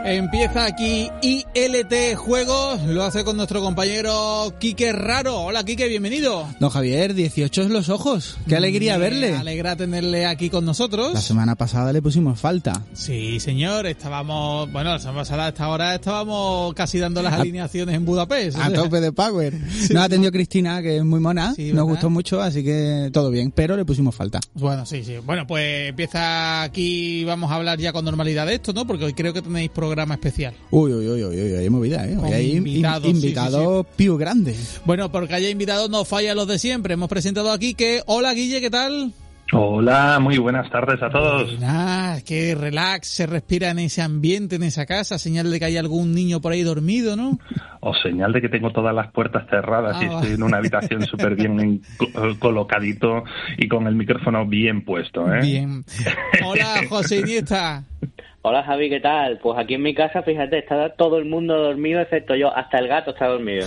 Empieza aquí ILT Juegos, lo hace con nuestro compañero Quique Raro. Hola Quique, bienvenido. Don Javier, 18 es los ojos. Qué alegría verle. Me alegra tenerle aquí con nosotros. La semana pasada le pusimos falta. Sí, señor, la semana pasada a esta hora estábamos casi dando las alineaciones en Budapest. A tope de power. Sí, nos atendió Cristina, que es muy mona, sí, nos gustó mucho, así que todo bien, pero le pusimos falta. Bueno, sí. Bueno, pues empieza aquí, vamos a hablar ya con normalidad de esto, ¿no? Porque hoy creo que tenéis programa especial. Uy, hay movida, ¿eh? Hoy hay invitados sí. Piu grande. Bueno, porque haya invitados no falla los de siempre. Hemos presentado aquí que... Hola, Guille, ¿qué tal? Hola, muy buenas tardes a todos. Qué relax se respira en ese ambiente, en esa casa, señal de que hay algún niño por ahí dormido, ¿no? O señal de que tengo todas las puertas cerradas y estoy en una habitación súper bien colocadito y con el micrófono bien puesto, ¿eh? Bien. Hola, José Iniesta. Hola Javi, ¿qué tal? Pues aquí en mi casa, fíjate, está todo el mundo dormido excepto yo, hasta el gato está dormido.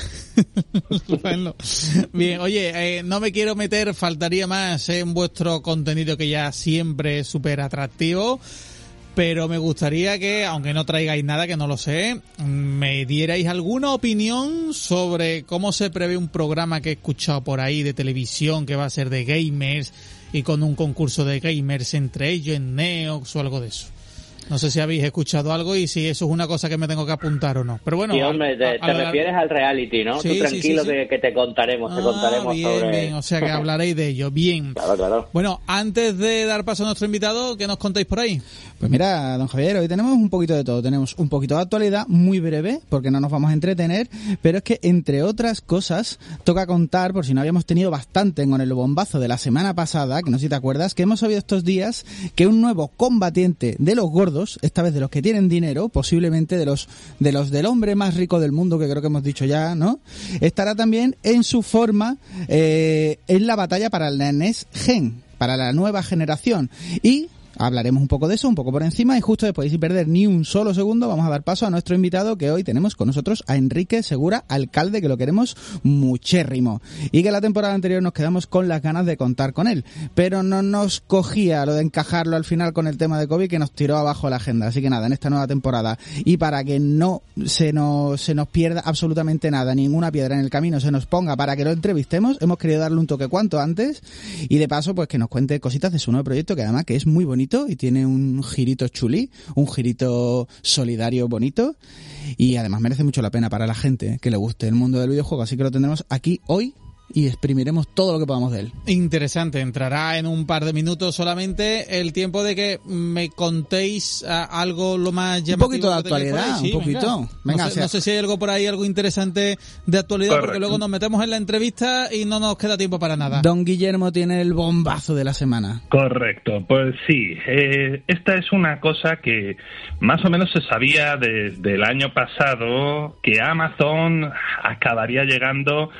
Bueno, bien, oye, no me quiero meter, faltaría más en vuestro contenido que ya siempre es súper atractivo, pero me gustaría que, aunque no traigáis nada, que no lo sé, me dierais alguna opinión sobre cómo se prevé un programa que he escuchado por ahí de televisión que va a ser de gamers y con un concurso de gamers entre ellos en Neox o algo de eso. No sé si habéis escuchado algo y si eso es una cosa que me tengo que apuntar o no. Pero bueno. Sí, hombre, te refieres al reality, ¿no? Sí, tú tranquilo sí. Que te contaremos, bien, bien. O sea que hablaréis de ello. Bien. Claro. Bueno, antes de dar paso a nuestro invitado, ¿qué nos contáis por ahí? Pues mira, don Javier, hoy tenemos un poquito de todo. Tenemos un poquito de actualidad, muy breve, porque no nos vamos a entretener, pero es que, entre otras cosas, toca contar, por si no habíamos tenido bastante con el bombazo de la semana pasada, que no sé si te acuerdas, que hemos sabido estos días que un nuevo combatiente de los gordos, esta vez de los que tienen dinero, posiblemente de los del hombre más rico del mundo, que creo que hemos dicho ya, ¿no? Estará también en su forma en la batalla para la Next Gen, para la nueva generación. Y hablaremos un poco de eso, un poco por encima, y justo después, sin perder ni un solo segundo, vamos a dar paso a nuestro invitado, que hoy tenemos con nosotros a Enrique Segura, alcalde, que lo queremos muchérrimo. Y que la temporada anterior nos quedamos con las ganas de contar con él, pero no nos cogía lo de encajarlo al final con el tema de COVID, que nos tiró abajo la agenda. Así que nada, en esta nueva temporada, y para que no se nos pierda absolutamente nada, ninguna piedra en el camino se nos ponga para que lo entrevistemos, hemos querido darle un toque cuanto antes, y de paso, pues que nos cuente cositas de su nuevo proyecto, que además que es muy bonito y tiene un girito chulí, un girito solidario bonito, y además merece mucho la pena para la gente que le guste el mundo del videojuego, así que lo tendremos aquí hoy y exprimiremos todo lo que podamos de él. Interesante, entrará en un par de minutos solamente, el tiempo de que me contéis algo lo más llamativo. Un poquito de actualidad, sí, un poquito. Venga, no sé si hay algo por ahí, algo interesante de actualidad. Correcto. Porque luego nos metemos en la entrevista y no nos queda tiempo para nada. Don Guillermo tiene el bombazo de la semana. Correcto, pues sí, esta es una cosa que más o menos se sabía desde el año pasado, que Amazon acabaría llegando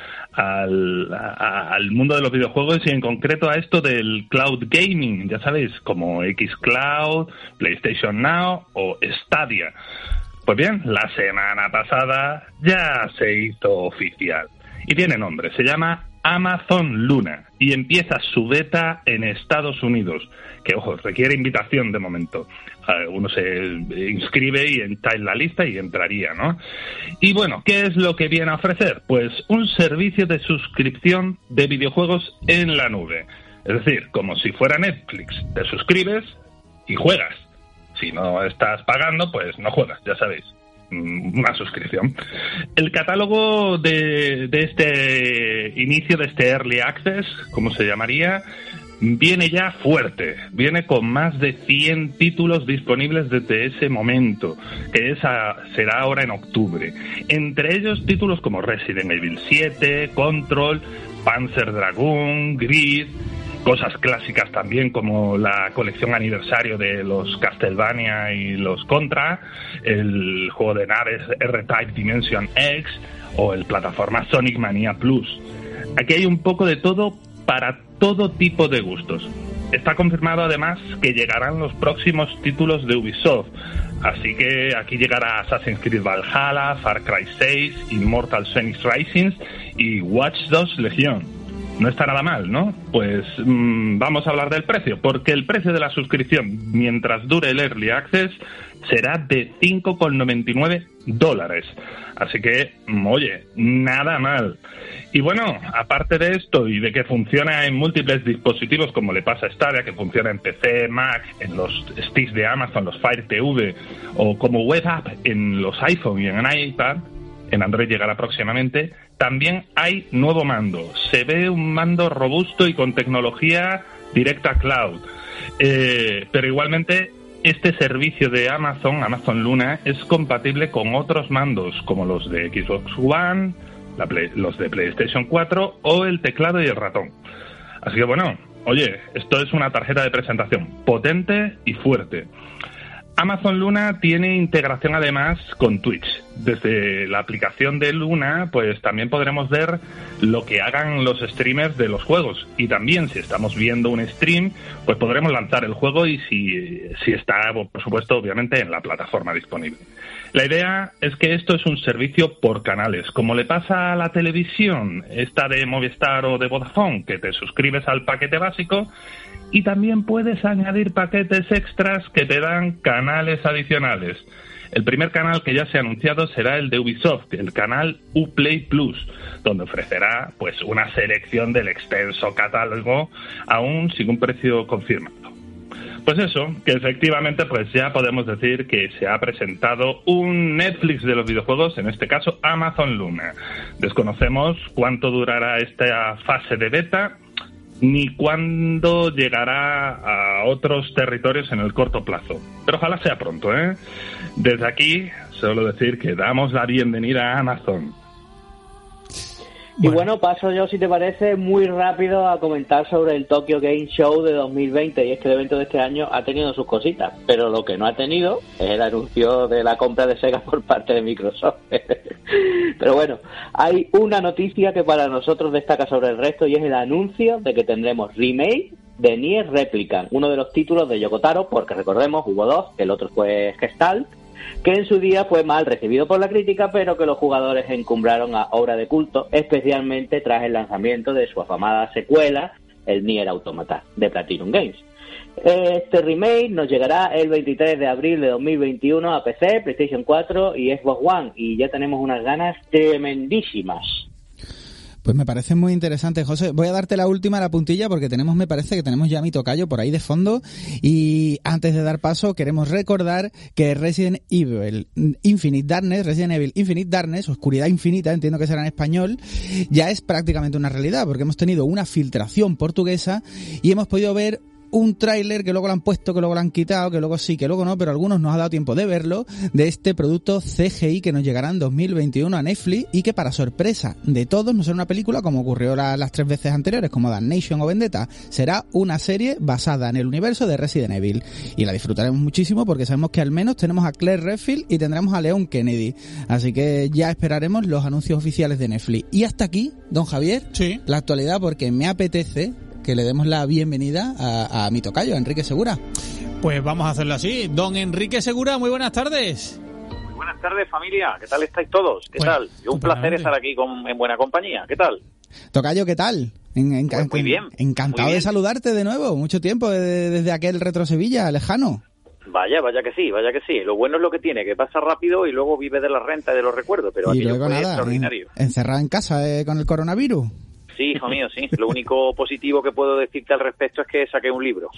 al mundo de los videojuegos y en concreto a esto del cloud gaming, ya sabéis, como xCloud, PlayStation Now o Stadia. Pues bien, la semana pasada ya se hizo oficial y tiene nombre, se llama Amazon Luna y empieza su beta en Estados Unidos, que ojo, requiere invitación de momento. Uno se inscribe y está en la lista y entraría, ¿no? Y bueno, ¿qué es lo que viene a ofrecer? Pues un servicio de suscripción de videojuegos en la nube. Es decir, como si fuera Netflix, te suscribes y juegas. Si no estás pagando, pues no juegas, ya sabéis. Una suscripción. El catálogo de este inicio, de este Early Access, como se llamaría, viene ya fuerte, viene con más de 100 títulos disponibles desde ese momento, que será ahora en octubre. Entre ellos títulos como Resident Evil 7, Control, Panzer Dragoon, Grid, cosas clásicas también como la colección aniversario de los Castlevania y los Contra, el juego de naves R-Type Dimension X o el plataforma Sonic Mania Plus. Aquí hay un poco de todo para todo tipo de gustos. Está confirmado además que llegarán los próximos títulos de Ubisoft, así que aquí llegará Assassin's Creed Valhalla, Far Cry 6, Immortal Phoenix Rising y Watch Dogs Legion. no está nada mal, ¿no? Pues vamos a hablar del precio, porque el precio de la suscripción, mientras dure el Early Access, será de $5,99. Así que, oye, nada mal. Y bueno, aparte de esto y de que funciona en múltiples dispositivos, como le pasa a Stadia, que funciona en PC, Mac, en los sticks de Amazon, los Fire TV, o como web app en los iPhone y en iPad, en Android llegará próximamente, también hay nuevo mando. Se ve un mando robusto y con tecnología directa cloud. Pero igualmente, este servicio de Amazon Luna, es compatible con otros mandos, como los de Xbox One, los de PlayStation 4 o el teclado y el ratón. Así que bueno, oye, esto es una tarjeta de presentación potente y fuerte. Amazon Luna tiene integración además con Twitch. Desde la aplicación de Luna, pues también podremos ver lo que hagan los streamers de los juegos. Y también, si estamos viendo un stream, pues podremos lanzar el juego y si está, por supuesto, obviamente, en la plataforma disponible. La idea es que esto es un servicio por canales, como le pasa a la televisión, esta de Movistar o de Vodafone, que te suscribes al paquete básico y también puedes añadir paquetes extras que te dan canales adicionales. El primer canal que ya se ha anunciado será el de Ubisoft, el canal Uplay Plus, donde ofrecerá pues una selección del extenso catálogo, aún sin un precio confirmado. Pues eso, que efectivamente pues ya podemos decir que se ha presentado un Netflix de los videojuegos, en este caso Amazon Luna. Desconocemos cuánto durará esta fase de beta, ni cuándo llegará a otros territorios en el corto plazo. Pero ojalá sea pronto, ¿eh? Desde aquí, solo decir que damos la bienvenida a Amazon. Y bueno, paso yo, si te parece, muy rápido a comentar sobre el Tokyo Game Show de 2020. Y es que el evento de este año ha tenido sus cositas, pero lo que no ha tenido es el anuncio de la compra de Sega por parte de Microsoft. Pero bueno, hay una noticia que para nosotros destaca sobre el resto, y es el anuncio de que tendremos remake de Nier Replicant, uno de los títulos de Yoko Taro, porque recordemos, hubo dos, el otro fue Gestalt, que en su día fue mal recibido por la crítica, pero que los jugadores encumbraron a obra de culto, especialmente tras el lanzamiento de su afamada secuela, el Nier Automata, de Platinum Games. Este remake nos llegará el 23 de abril de 2021 a PC, PlayStation 4 y Xbox One, y ya tenemos unas ganas tremendísimas. Pues me parece muy interesante, José. Voy a darte la última, la puntilla, porque me parece que tenemos ya a mi tocayo por ahí de fondo. Y antes de dar paso, queremos recordar que Resident Evil Infinite Darkness, Oscuridad Infinita, entiendo que será en español, ya es prácticamente una realidad, porque hemos tenido una filtración portuguesa y hemos podido ver un tráiler que luego lo han puesto, que luego lo han quitado, que luego sí, que luego no, pero a algunos nos ha dado tiempo de verlo, de este producto CGI que nos llegará en 2021 a Netflix y que, para sorpresa de todos, no será una película como ocurrió las 3 veces anteriores, como Damnation o Vendetta. Será una serie basada en el universo de Resident Evil y la disfrutaremos muchísimo porque sabemos que al menos tenemos a Claire Redfield y tendremos a Leon Kennedy, así que ya esperaremos los anuncios oficiales de Netflix. Y hasta aquí, don Javier, sí, la actualidad, porque me apetece que le demos la bienvenida a mi tocayo, Enrique Segura. Pues vamos a hacerlo así. Don Enrique Segura, muy buenas tardes. Muy buenas tardes, familia. ¿Qué tal estáis todos? ¿Qué tal? Un placer estar aquí en buena compañía. ¿Qué tal? Tocayo, ¿qué tal? Pues muy bien. Encantado muy bien de saludarte de nuevo. Mucho tiempo desde aquel Retro Sevilla, lejano. Vaya que sí. Lo bueno es lo que tiene, que pasa rápido y luego vive de la renta y de los recuerdos, pero y aquello luego fue nada, extraordinario. Encerrado en casa con el coronavirus. Sí, hijo mío, sí. Lo único positivo que puedo decirte al respecto es que saqué un libro.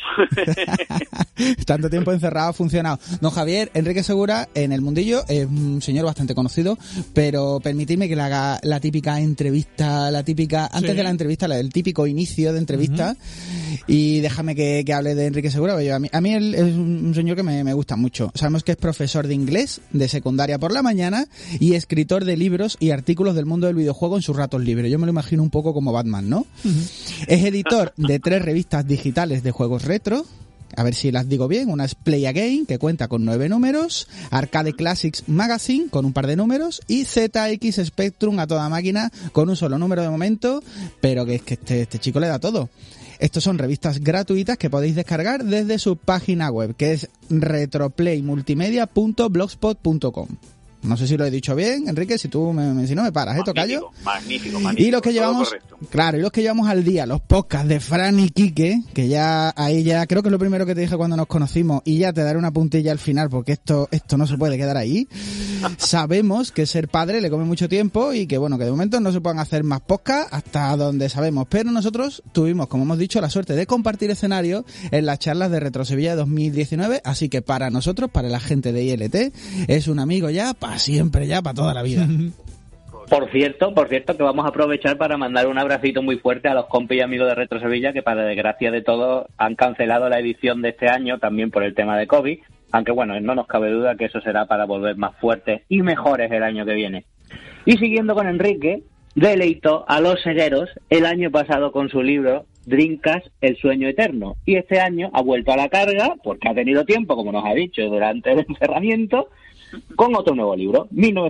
Tanto tiempo encerrado ha funcionado. Don Javier, Enrique Segura, en el mundillo, es un señor bastante conocido, pero permitidme que le haga la típica entrevista, antes de la entrevista, el típico inicio de entrevista, y déjame que hable de Enrique Segura. A mí él es un señor que me gusta mucho. Sabemos que es profesor de inglés de secundaria por la mañana y escritor de libros y artículos del mundo del videojuego en sus ratos libres. Yo me lo imagino un poco como Batman, ¿no? Es editor de 3 revistas digitales de juegos retro, a ver si las digo bien. Una es Play Again, que cuenta con 9 números, Arcade Classics Magazine, con un par de números, y ZX Spectrum a toda máquina, con un solo número de momento, pero que es que este chico le da todo. Estos son revistas gratuitas que podéis descargar desde su página web, que es retroplaymultimedia.blogspot.com. No sé si lo he dicho bien, Enrique, si no me paras, tocayo. Magnífico. Y los que llevamos, claro, y los que llevamos al día, los podcasts de Fran y Quique, que ya creo que es lo primero que te dije cuando nos conocimos, y ya te daré una puntilla al final porque esto no se puede quedar ahí. Sabemos que ser padre le come mucho tiempo y que bueno, que de momento no se puedan hacer más podcasts hasta donde sabemos, pero nosotros tuvimos, como hemos dicho, la suerte de compartir escenario en las charlas de Retro Sevilla 2019, así que para nosotros, para la gente de ILT, es un amigo ya para siempre, ya para toda la vida. Por cierto, que vamos a aprovechar para mandar un abracito muy fuerte a los compis y amigos de Retro Sevilla, que para desgracia de todos han cancelado la edición de este año, también por el tema de COVID, aunque bueno, no nos cabe duda que eso será para volver más fuertes y mejores el año que viene. Y siguiendo con Enrique, deleitó a los cegueros el año pasado con su libro Dreamcast, el sueño eterno, y este año ha vuelto a la carga, porque ha tenido tiempo, como nos ha dicho, durante el encerramiento, con otro nuevo libro,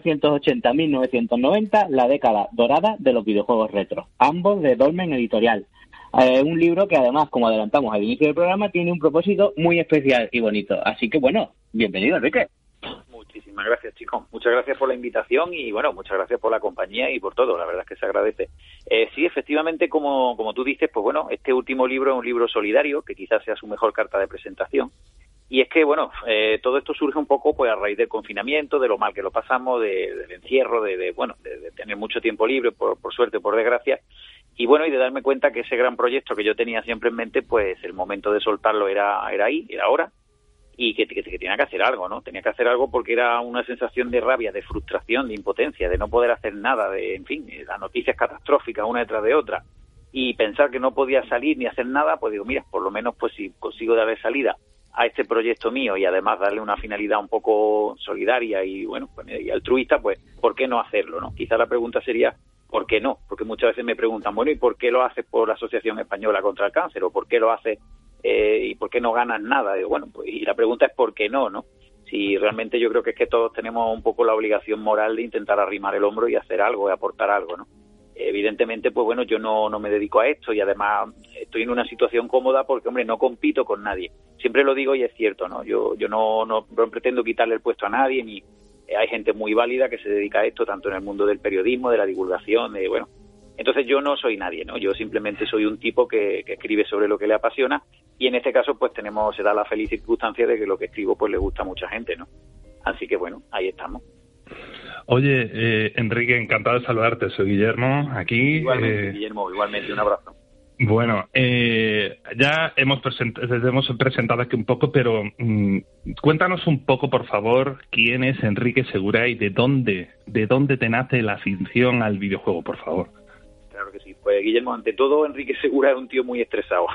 1980-1990, la década dorada de los videojuegos retro, ambos de Dolmen Editorial. Un libro que además, como adelantamos al inicio del programa, tiene un propósito muy especial y bonito. Así que bueno, bienvenido, Enrique. Muchísimas gracias, chicos. Muchas gracias por la invitación y bueno, muchas gracias por la compañía y por todo. La verdad es que se agradece. Sí, efectivamente, como tú dices, pues bueno, este último libro es un libro solidario, que quizás sea su mejor carta de presentación. Y es que, bueno, todo esto surge un poco pues a raíz del confinamiento, de lo mal que lo pasamos, del encierro, de tener mucho tiempo libre, por suerte, por desgracia. Y bueno, y de darme cuenta que ese gran proyecto que yo tenía siempre en mente, pues el momento de soltarlo era ahora, y que tenía que hacer algo, ¿no? Tenía que hacer algo porque era una sensación de rabia, de frustración, de impotencia, de no poder hacer nada, en fin, las noticias catastróficas una detrás de otra. Y pensar que no podía salir ni hacer nada, pues digo, mira, por lo menos pues si consigo darle salida a este proyecto mío y además darle una finalidad un poco solidaria y bueno, pues, y altruista, pues ¿por qué no hacerlo, no? Quizá la pregunta sería ¿por qué no? Porque muchas veces me preguntan, bueno, ¿y por qué lo haces por la Asociación Española contra el Cáncer? ¿O por qué lo haces y por qué no ganas nada? Digo, bueno, pues y la pregunta es ¿por qué no, no? Si realmente yo creo que es que todos tenemos un poco la obligación moral de intentar arrimar el hombro y hacer algo, y aportar algo, ¿no? Evidentemente, pues bueno, yo no me dedico a esto y además estoy en una situación cómoda porque, hombre, no compito con nadie. Siempre lo digo y es cierto, ¿no? Yo no pretendo quitarle el puesto a nadie, ni hay gente muy válida que se dedica a esto, tanto en el mundo del periodismo, de la divulgación, bueno. Entonces yo no soy nadie, ¿no? Yo simplemente soy un tipo que escribe sobre lo que le apasiona y en este caso pues se da la feliz circunstancia de que lo que escribo pues le gusta a mucha gente, ¿no? Así que bueno, ahí estamos. Oye, Enrique, encantado de saludarte. Soy Guillermo, aquí. Igualmente, Guillermo, igualmente, un abrazo. Bueno, ya hemos presentado aquí un poco, pero cuéntanos un poco, por favor, quién es Enrique Segura y de dónde te nace la afición al videojuego, por favor. Claro que sí. Pues, Guillermo, ante todo, Enrique Segura es un tío muy estresado.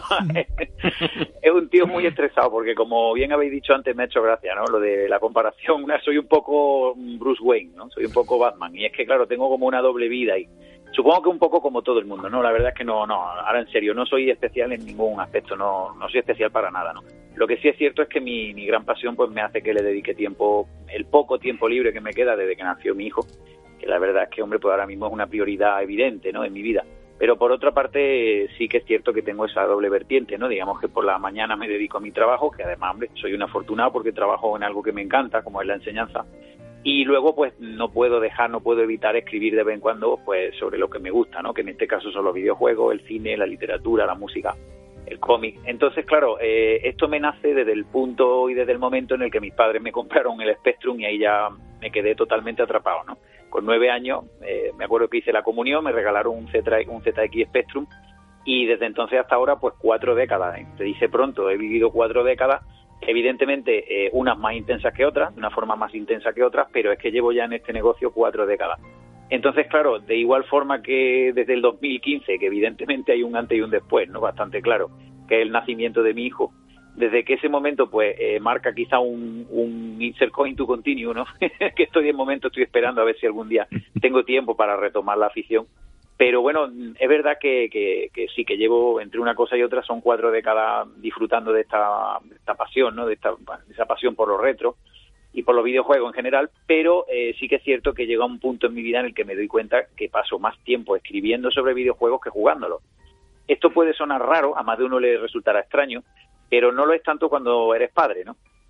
Es un tío muy estresado porque, como bien habéis dicho antes, me ha hecho gracia, ¿no? Lo de la comparación. Soy un poco Bruce Wayne, ¿no? Soy un poco Batman. Y es que, claro, tengo como una doble vida y supongo que un poco como todo el mundo, ¿no? La verdad es que no, ahora en serio, no soy especial en ningún aspecto, no soy especial para nada, ¿no? Lo que sí es cierto es que mi gran pasión pues me hace que le dedique tiempo, el poco tiempo libre que me queda desde que nació mi hijo, que la verdad es que, hombre, pues ahora mismo es una prioridad evidente, ¿no?, en mi vida. Pero por otra parte sí que es cierto que tengo esa doble vertiente, ¿no? Digamos que por la mañana me dedico a mi trabajo, que además, hombre, soy un afortunado porque trabajo en algo que me encanta, como es la enseñanza. Y luego, pues, no puedo evitar escribir de vez en cuando, pues, sobre lo que me gusta, ¿no? Que en este caso son los videojuegos, el cine, la literatura, la música, el cómic. Entonces, claro, esto me nace desde el punto y desde el momento en el que mis padres me compraron el Spectrum y ahí ya me quedé totalmente atrapado, ¿no? Con 9 años, me acuerdo que hice la comunión, me regalaron un ZX Spectrum y desde entonces hasta ahora, pues 4 décadas. Se dice pronto, he vivido 4 décadas, evidentemente unas más intensas que otras, de una forma más intensa que otras, pero es que llevo ya en este negocio 4 décadas. Entonces, claro, de igual forma que desde el 2015, que evidentemente hay un antes y un después, ¿no? Bastante claro, que es el nacimiento de mi hijo, desde que ese momento pues marca quizá un insert coin to continue, ¿no? Que de momento estoy esperando a ver si algún día tengo tiempo para retomar la afición. Pero bueno, es verdad que sí, que llevo entre una cosa y otra, son 4 décadas disfrutando de esta pasión, ¿no? De esa pasión por los retro y por los videojuegos en general, pero sí que es cierto que llega un punto en mi vida en el que me doy cuenta que paso más tiempo escribiendo sobre videojuegos que jugándolos. Esto puede sonar raro, a más de uno le resultará extraño, pero no lo es tanto cuando eres padre, ¿no?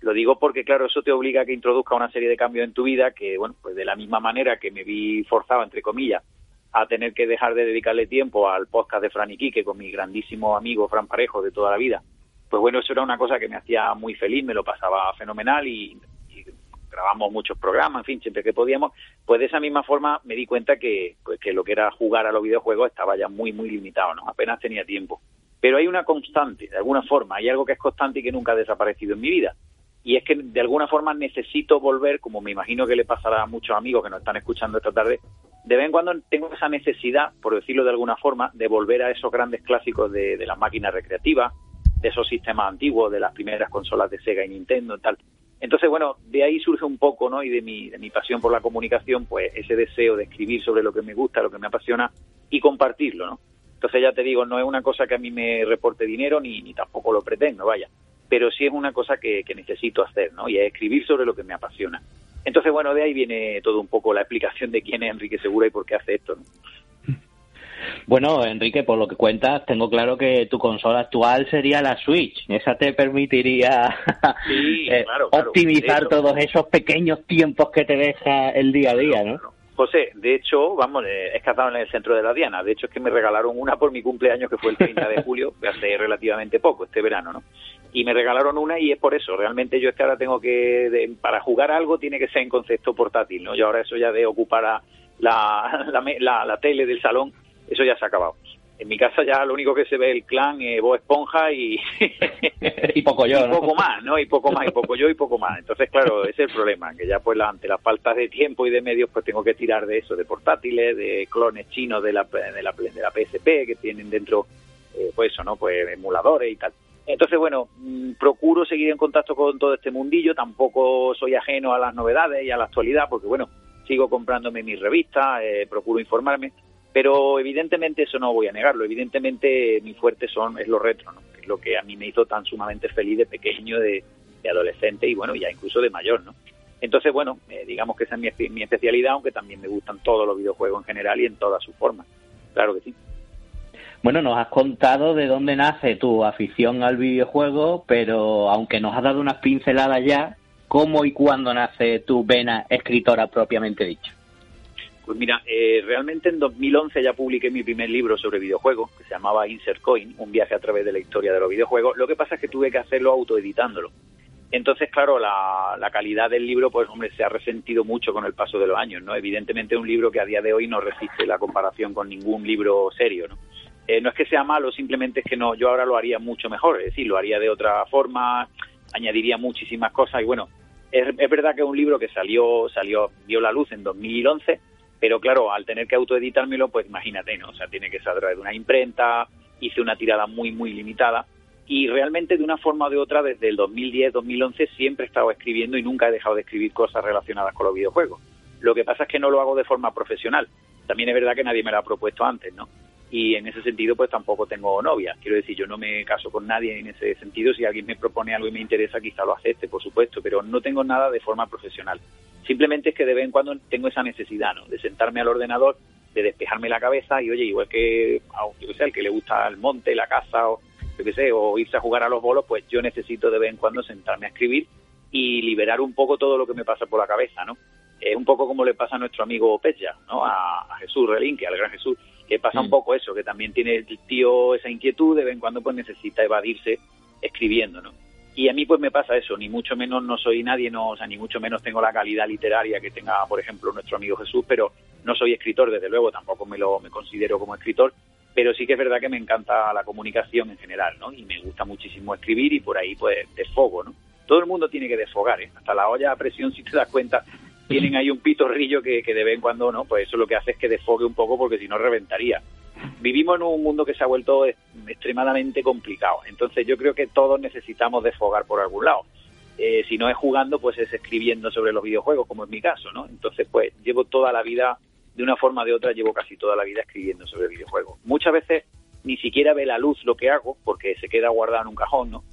Lo digo porque, claro, eso te obliga a que introduzca una serie de cambios en tu vida que, bueno, pues de la misma manera que me vi forzado, entre comillas, a tener que dejar de dedicarle tiempo al podcast de Fran y Quique con mi grandísimo amigo Fran Parejo de toda la vida. Pues bueno, eso era una cosa que me hacía muy feliz, me lo pasaba fenomenal y grabamos muchos programas, en fin, siempre que podíamos. Pues de esa misma forma me di cuenta que lo que era jugar a los videojuegos estaba ya muy, muy limitado, ¿no? Apenas tenía tiempo. Pero hay una constante, de alguna forma, hay algo que es constante y que nunca ha desaparecido en mi vida. Y es que de alguna forma necesito volver, como me imagino que le pasará a muchos amigos que nos están escuchando esta tarde, de vez en cuando tengo esa necesidad, por decirlo de alguna forma, de volver a esos grandes clásicos de las máquinas recreativas, de esos sistemas antiguos, de las primeras consolas de Sega y Nintendo y tal. Entonces, bueno, de ahí surge un poco, ¿no? Y de mi pasión por la comunicación, pues ese deseo de escribir sobre lo que me gusta, lo que me apasiona y compartirlo, ¿no? Entonces, ya te digo, no es una cosa que a mí me reporte dinero ni tampoco lo pretendo, vaya. Pero sí es una cosa que necesito hacer, ¿no? Y es escribir sobre lo que me apasiona. Entonces, bueno, de ahí viene todo un poco la explicación de quién es Enrique Segura y por qué hace esto, ¿no? Bueno, Enrique, por lo que cuentas, tengo claro que tu consola actual sería la Switch. Esa te permitiría claro, optimizar todos esos pequeños tiempos que te deja el día a día, ¿no? José, de hecho, vamos, he estado en el centro de la Diana. De hecho, es que me regalaron una por mi cumpleaños, que fue el 30 de julio, hace relativamente poco, este verano, ¿no? Y me regalaron una y es por eso. Realmente yo es que ahora tengo para jugar algo tiene que ser en concepto portátil, ¿no? Yo ahora eso ya de ocupar la tele del salón, eso ya se ha acabado. En mi casa ya lo único que se ve es el Clan, Bob Esponja y poco yo, y poco más, ¿no? Y poco más, y poco yo y poco más. Entonces, claro, ese es el problema, que ya pues ante las faltas de tiempo y de medios, pues tengo que tirar de eso, de portátiles, de clones chinos de la PSP que tienen dentro, pues eso, ¿no? Pues emuladores y tal. Entonces, bueno, procuro seguir en contacto con todo este mundillo, tampoco soy ajeno a las novedades y a la actualidad, porque bueno, sigo comprándome mis revistas, procuro informarme. Pero evidentemente eso no voy a negarlo, evidentemente mi fuerte es lo retro, ¿no? Que es lo que a mí me hizo tan sumamente feliz de pequeño, de adolescente y bueno, ya incluso de mayor, ¿no? Entonces, bueno, digamos que esa es mi especialidad, aunque también me gustan todos los videojuegos en general y en todas sus formas, claro que sí. Bueno, nos has contado de dónde nace tu afición al videojuego, pero aunque nos has dado unas pinceladas ya, ¿cómo y cuándo nace tu vena escritora propiamente dicha? Pues mira, realmente en 2011 ya publiqué mi primer libro sobre videojuegos, que se llamaba Insert Coin, un viaje a través de la historia de los videojuegos. Lo que pasa es que tuve que hacerlo autoeditándolo. Entonces, claro, la calidad del libro, pues hombre, se ha resentido mucho con el paso de los años, ¿no? Evidentemente es un libro que a día de hoy no resiste la comparación con ningún libro serio, ¿no? No es que sea malo, simplemente es que no, yo ahora lo haría mucho mejor, es decir, lo haría de otra forma, añadiría muchísimas cosas y bueno, es verdad que es un libro que vio la luz en 2011, pero claro, al tener que autoeditármelo, pues imagínate, ¿no? O sea, tiene que ser a través de una imprenta, hice una tirada muy, muy limitada y realmente de una forma o de otra, desde el 2010, 2011, siempre he estado escribiendo y nunca he dejado de escribir cosas relacionadas con los videojuegos. Lo que pasa es que no lo hago de forma profesional. También es verdad que nadie me lo ha propuesto antes, ¿no? Y en ese sentido, pues tampoco tengo novia. Quiero decir, yo no me caso con nadie en ese sentido. Si alguien me propone algo y me interesa, quizá lo acepte, por supuesto, pero no tengo nada de forma profesional. Simplemente es que de vez en cuando tengo esa necesidad, ¿no? De sentarme al ordenador, de despejarme la cabeza y, oye, igual que, yo qué sé, al que le gusta el monte, la caza o, yo qué sé, o irse a jugar a los bolos, pues yo necesito de vez en cuando sentarme a escribir y liberar un poco todo lo que me pasa por la cabeza, ¿no? Es un poco como le pasa a nuestro amigo Pecha, ¿no? A Jesús Relinque, al gran Jesús, que pasa un poco eso, que también tiene el tío esa inquietud, de vez en cuando pues necesita evadirse escribiendo, ¿no? Y a mí pues me pasa eso, ni mucho menos no soy nadie, no, o sea, ni mucho menos tengo la calidad literaria que tenga, por ejemplo, nuestro amigo Jesús, pero no soy escritor, desde luego, tampoco me considero como escritor, pero sí que es verdad que me encanta la comunicación en general, ¿no? Y me gusta muchísimo escribir y por ahí pues desfogo, ¿no? Todo el mundo tiene que desfogar, ¿eh? Hasta la olla a presión, si te das cuenta, tienen ahí un pitorrillo que de vez en cuando, ¿no? Pues eso lo que hace es que desfogue un poco porque si no reventaría. Vivimos en un mundo que se ha vuelto extremadamente complicado, entonces yo creo que todos necesitamos desfogar por algún lado. Si no es jugando, pues es escribiendo sobre los videojuegos, como es mi caso, ¿no? Entonces, pues llevo toda la vida, de una forma o de otra, llevo casi toda la vida escribiendo sobre videojuegos. Muchas veces ni siquiera ve la luz lo que hago, porque se queda guardado en un cajón, ¿no?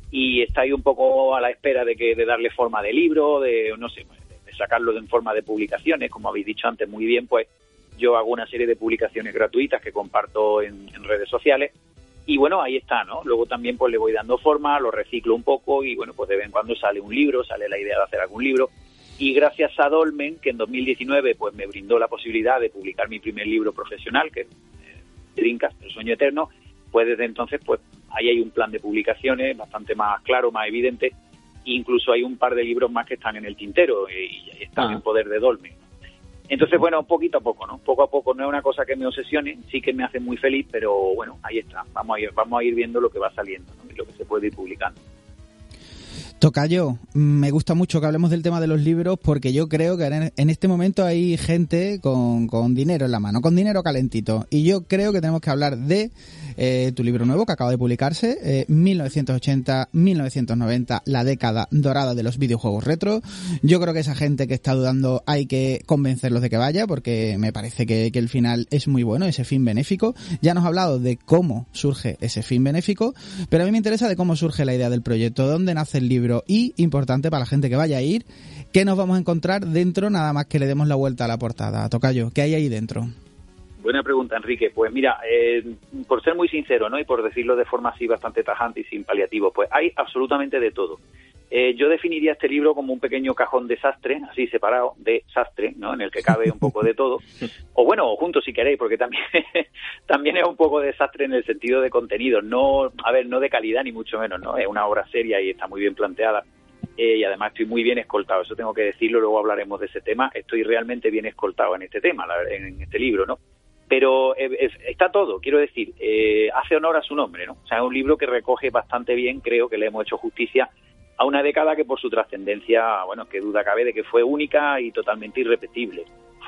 Y está ahí un poco a la espera de darle forma de libro, de no sé, de sacarlo en forma de publicaciones, como habéis dicho antes muy bien, pues yo hago una serie de publicaciones gratuitas que comparto en redes sociales Y bueno, ahí está, ¿no? Luego también pues le voy dando forma, lo reciclo un poco y bueno, pues de vez en cuando sale un libro, sale la idea de hacer algún libro. Y gracias a Dolmen, que en 2019 pues me brindó la posibilidad de publicar mi primer libro profesional, que es Dreamcast, El sueño eterno, pues desde entonces pues ahí hay un plan de publicaciones bastante más claro, más evidente. Incluso hay un par de libros más que están en el tintero y están en poder de Dolmen. Entonces, bueno, poquito a poco, ¿no? Poco a poco, no es una cosa que me obsesione, sí que me hace muy feliz, pero bueno, ahí está. Vamos a ir viendo lo que va saliendo, ¿no? Y lo que se puede ir publicando. Tocayo, me gusta mucho que hablemos del tema de los libros porque yo creo que en este momento hay gente con dinero en la mano, con dinero calentito. Y yo creo que tenemos que hablar de tu libro nuevo que acaba de publicarse, 1980-1990, la década dorada de los videojuegos retro. Yo creo que esa gente que está dudando hay que convencerlos de que vaya porque me parece que el final es muy bueno, ese fin benéfico. Ya nos ha hablado de cómo surge ese fin benéfico, pero a mí me interesa de cómo surge la idea del proyecto, dónde nace el libro y, importante para la gente que vaya a ir, ¿qué nos vamos a encontrar dentro nada más que le demos la vuelta a la portada? Tocayo, ¿qué hay ahí dentro? Buena pregunta, Enrique. Pues mira, por ser muy sincero, ¿no? Y por decirlo de forma así bastante tajante y sin paliativos, pues hay absolutamente de todo. Yo definiría este libro como un pequeño cajón de sastre, así separado de sastre, ¿no? En el que cabe un poco de todo. O bueno, juntos si queréis, porque también es un poco de sastre en el sentido de contenido. No, a ver, no de calidad ni mucho menos, ¿no? Es una obra seria y está muy bien planteada. Y además estoy muy bien escoltado, eso tengo que decirlo, luego hablaremos de ese tema. Estoy realmente bien escoltado en este tema, en este libro, ¿no? Pero está todo, quiero decir, hace honor a su nombre, ¿no? O sea, es un libro que recoge bastante bien, creo que le hemos hecho justicia a una década que por su trascendencia, bueno, que duda cabe de que fue única y totalmente irrepetible.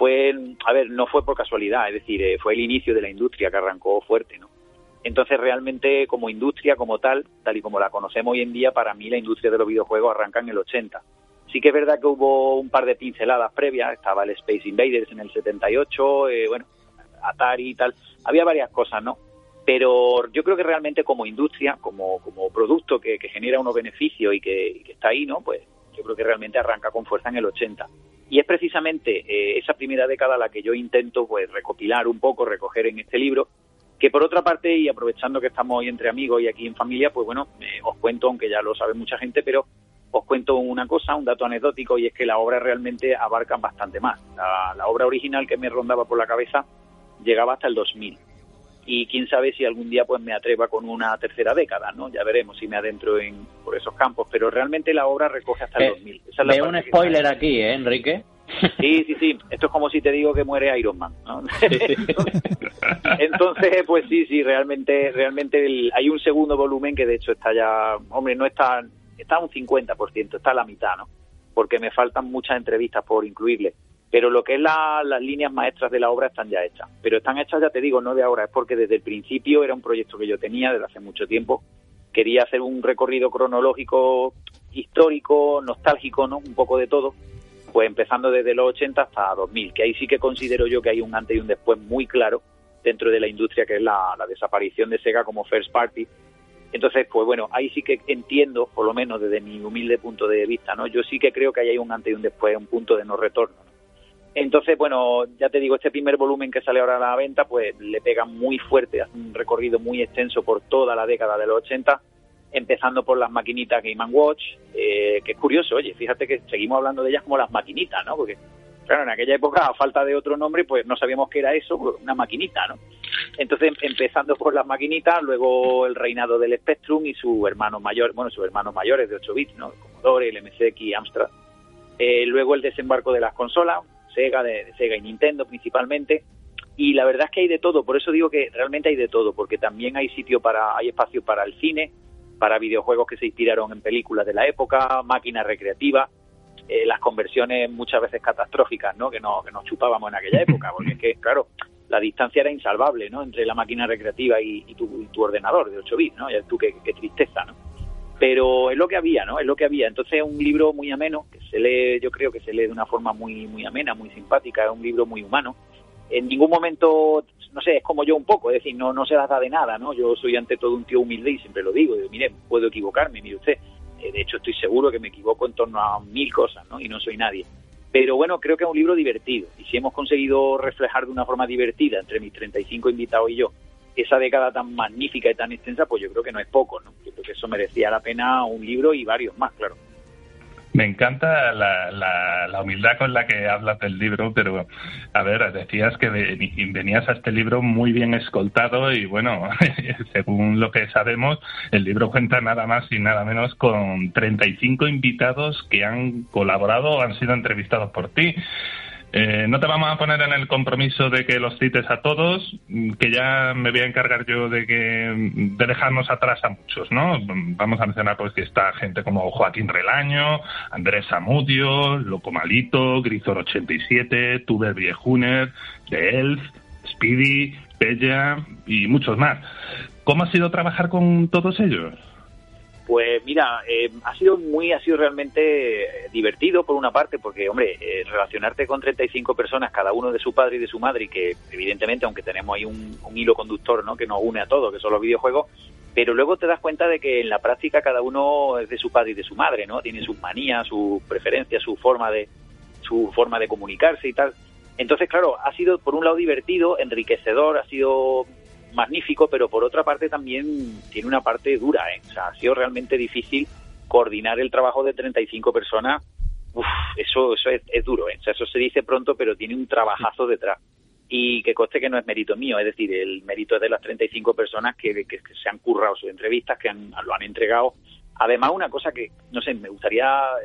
No fue por casualidad, es decir, fue el inicio de la industria que arrancó fuerte, ¿no? Entonces realmente como industria, como tal y como la conocemos hoy en día, para mí la industria de los videojuegos arranca en el 80. Sí que es verdad que hubo un par de pinceladas previas, estaba el Space Invaders en el 78, Atari y tal, había varias cosas, ¿no? Pero yo creo que realmente como industria, como producto que genera unos beneficios y que está ahí, ¿no? Pues yo creo que realmente arranca con fuerza en el 80. Y es precisamente esa primera década la que yo intento pues recopilar un poco, recoger en este libro, que por otra parte, y aprovechando que estamos hoy entre amigos y aquí en familia, pues bueno, os cuento, aunque ya lo sabe mucha gente, pero os cuento una cosa, un dato anecdótico, y es que la obra realmente abarca bastante más. La obra original que me rondaba por la cabeza llegaba hasta el 2000. Y quién sabe si algún día pues me atreva con una tercera década, ¿no? Ya veremos si me adentro por esos campos, pero realmente la obra recoge hasta el 2000. Esa es la veo un spoiler aquí, Enrique. Sí. Esto es como si te digo que muere Iron Man, ¿no? Entonces, pues sí, realmente hay un segundo volumen que de hecho está ya, hombre, no está a un 50%, está a la mitad, ¿no? Porque me faltan muchas entrevistas por incluirle. Pero lo que es las líneas maestras de la obra están ya hechas. Pero están hechas, ya te digo, no de ahora, es porque desde el principio era un proyecto que yo tenía desde hace mucho tiempo. Quería hacer un recorrido cronológico, histórico, nostálgico, ¿no? Un poco de todo. Pues empezando desde los 80 hasta 2000, que ahí sí que considero yo que hay un antes y un después muy claro dentro de la industria, que es la desaparición de Sega como first party. Entonces, pues bueno, ahí sí que entiendo, por lo menos desde mi humilde punto de vista, ¿no? Yo sí que creo que ahí hay un antes y un después, un punto de no retorno, ¿no? Entonces, bueno, ya te digo, este primer volumen que sale ahora a la venta, pues le pega muy fuerte, hace un recorrido muy extenso por toda la década de los 80, empezando por las maquinitas Game & Watch, que es curioso, oye, fíjate que seguimos hablando de ellas como las maquinitas, ¿no? Porque, claro, en aquella época, a falta de otro nombre, pues no sabíamos qué era eso, una maquinita, ¿no? Entonces, empezando por las maquinitas, luego el reinado del Spectrum y sus hermanos mayores de 8 bits, ¿no? El Commodore, el MSX, Amstrad. Luego el desembarco de las consolas, Sega, de Sega y Nintendo principalmente, y la verdad es que hay de todo, por eso digo que realmente hay de todo, porque también hay espacio para el cine, para videojuegos que se inspiraron en películas de la época, máquinas recreativas, las conversiones muchas veces catastróficas, ¿no? Que nos chupábamos en aquella época, porque es que, claro, la distancia era insalvable, ¿no? Entre la máquina recreativa y tu ordenador de 8 bits, ¿no? Ya tú, qué tristeza, ¿no? Pero es lo que había, ¿no? Es lo que había. Entonces es un libro muy ameno, que se lee, yo creo que se lee de una forma muy, muy amena, muy simpática, es un libro muy humano. En ningún momento, no sé, es como yo un poco, es decir, no se las da de nada, ¿no? Yo soy ante todo un tío humilde y siempre lo digo, mire, puedo equivocarme, mire usted. De hecho, estoy seguro que me equivoco en torno a 1000 cosas, ¿no? Y no soy nadie. Pero bueno, creo que es un libro divertido. Y si hemos conseguido reflejar de una forma divertida entre mis 35 invitados y yo esa década tan magnífica y tan extensa, pues yo creo que no es poco, ¿no? Yo creo que eso merecía la pena un libro y varios más, claro. Me encanta la humildad con la que hablas del libro, pero, a ver, decías que venías a este libro muy bien escoltado y, bueno, según lo que sabemos, el libro cuenta nada más y nada menos con 35 invitados que han colaborado o han sido entrevistados por ti. No te vamos a poner en el compromiso de que los cites a todos, que ya me voy a encargar yo de dejarnos atrás a muchos, ¿no? Vamos a mencionar pues que está gente como Joaquín Relaño, Andrés Zamudio, Loco Malito, Grisor 87, Tuber Viejuner, The Elf, Speedy, Bella y muchos más. ¿Cómo ha sido trabajar con todos ellos? Pues mira, ha sido realmente divertido por una parte, porque, hombre, relacionarte con 35 personas, cada uno de su padre y de su madre, y que evidentemente, aunque tenemos ahí un hilo conductor, ¿no?, que nos une a todos, que son los videojuegos, pero luego te das cuenta de que en la práctica cada uno es de su padre y de su madre, ¿no? Tiene sus manías, sus preferencias, su forma de comunicarse y tal. Entonces, claro, ha sido por un lado divertido, enriquecedor, ha sido magnífico, pero por otra parte también tiene una parte dura, ¿eh? O sea, ha sido realmente difícil coordinar el trabajo de 35 personas. Eso es duro, ¿eh? O sea, eso se dice pronto, pero tiene un trabajazo detrás. Y que conste que no es mérito mío, es decir, el mérito es de las 35 personas que se han currado sus entrevistas, que lo han entregado. Además, una cosa que, no sé, me gustaría,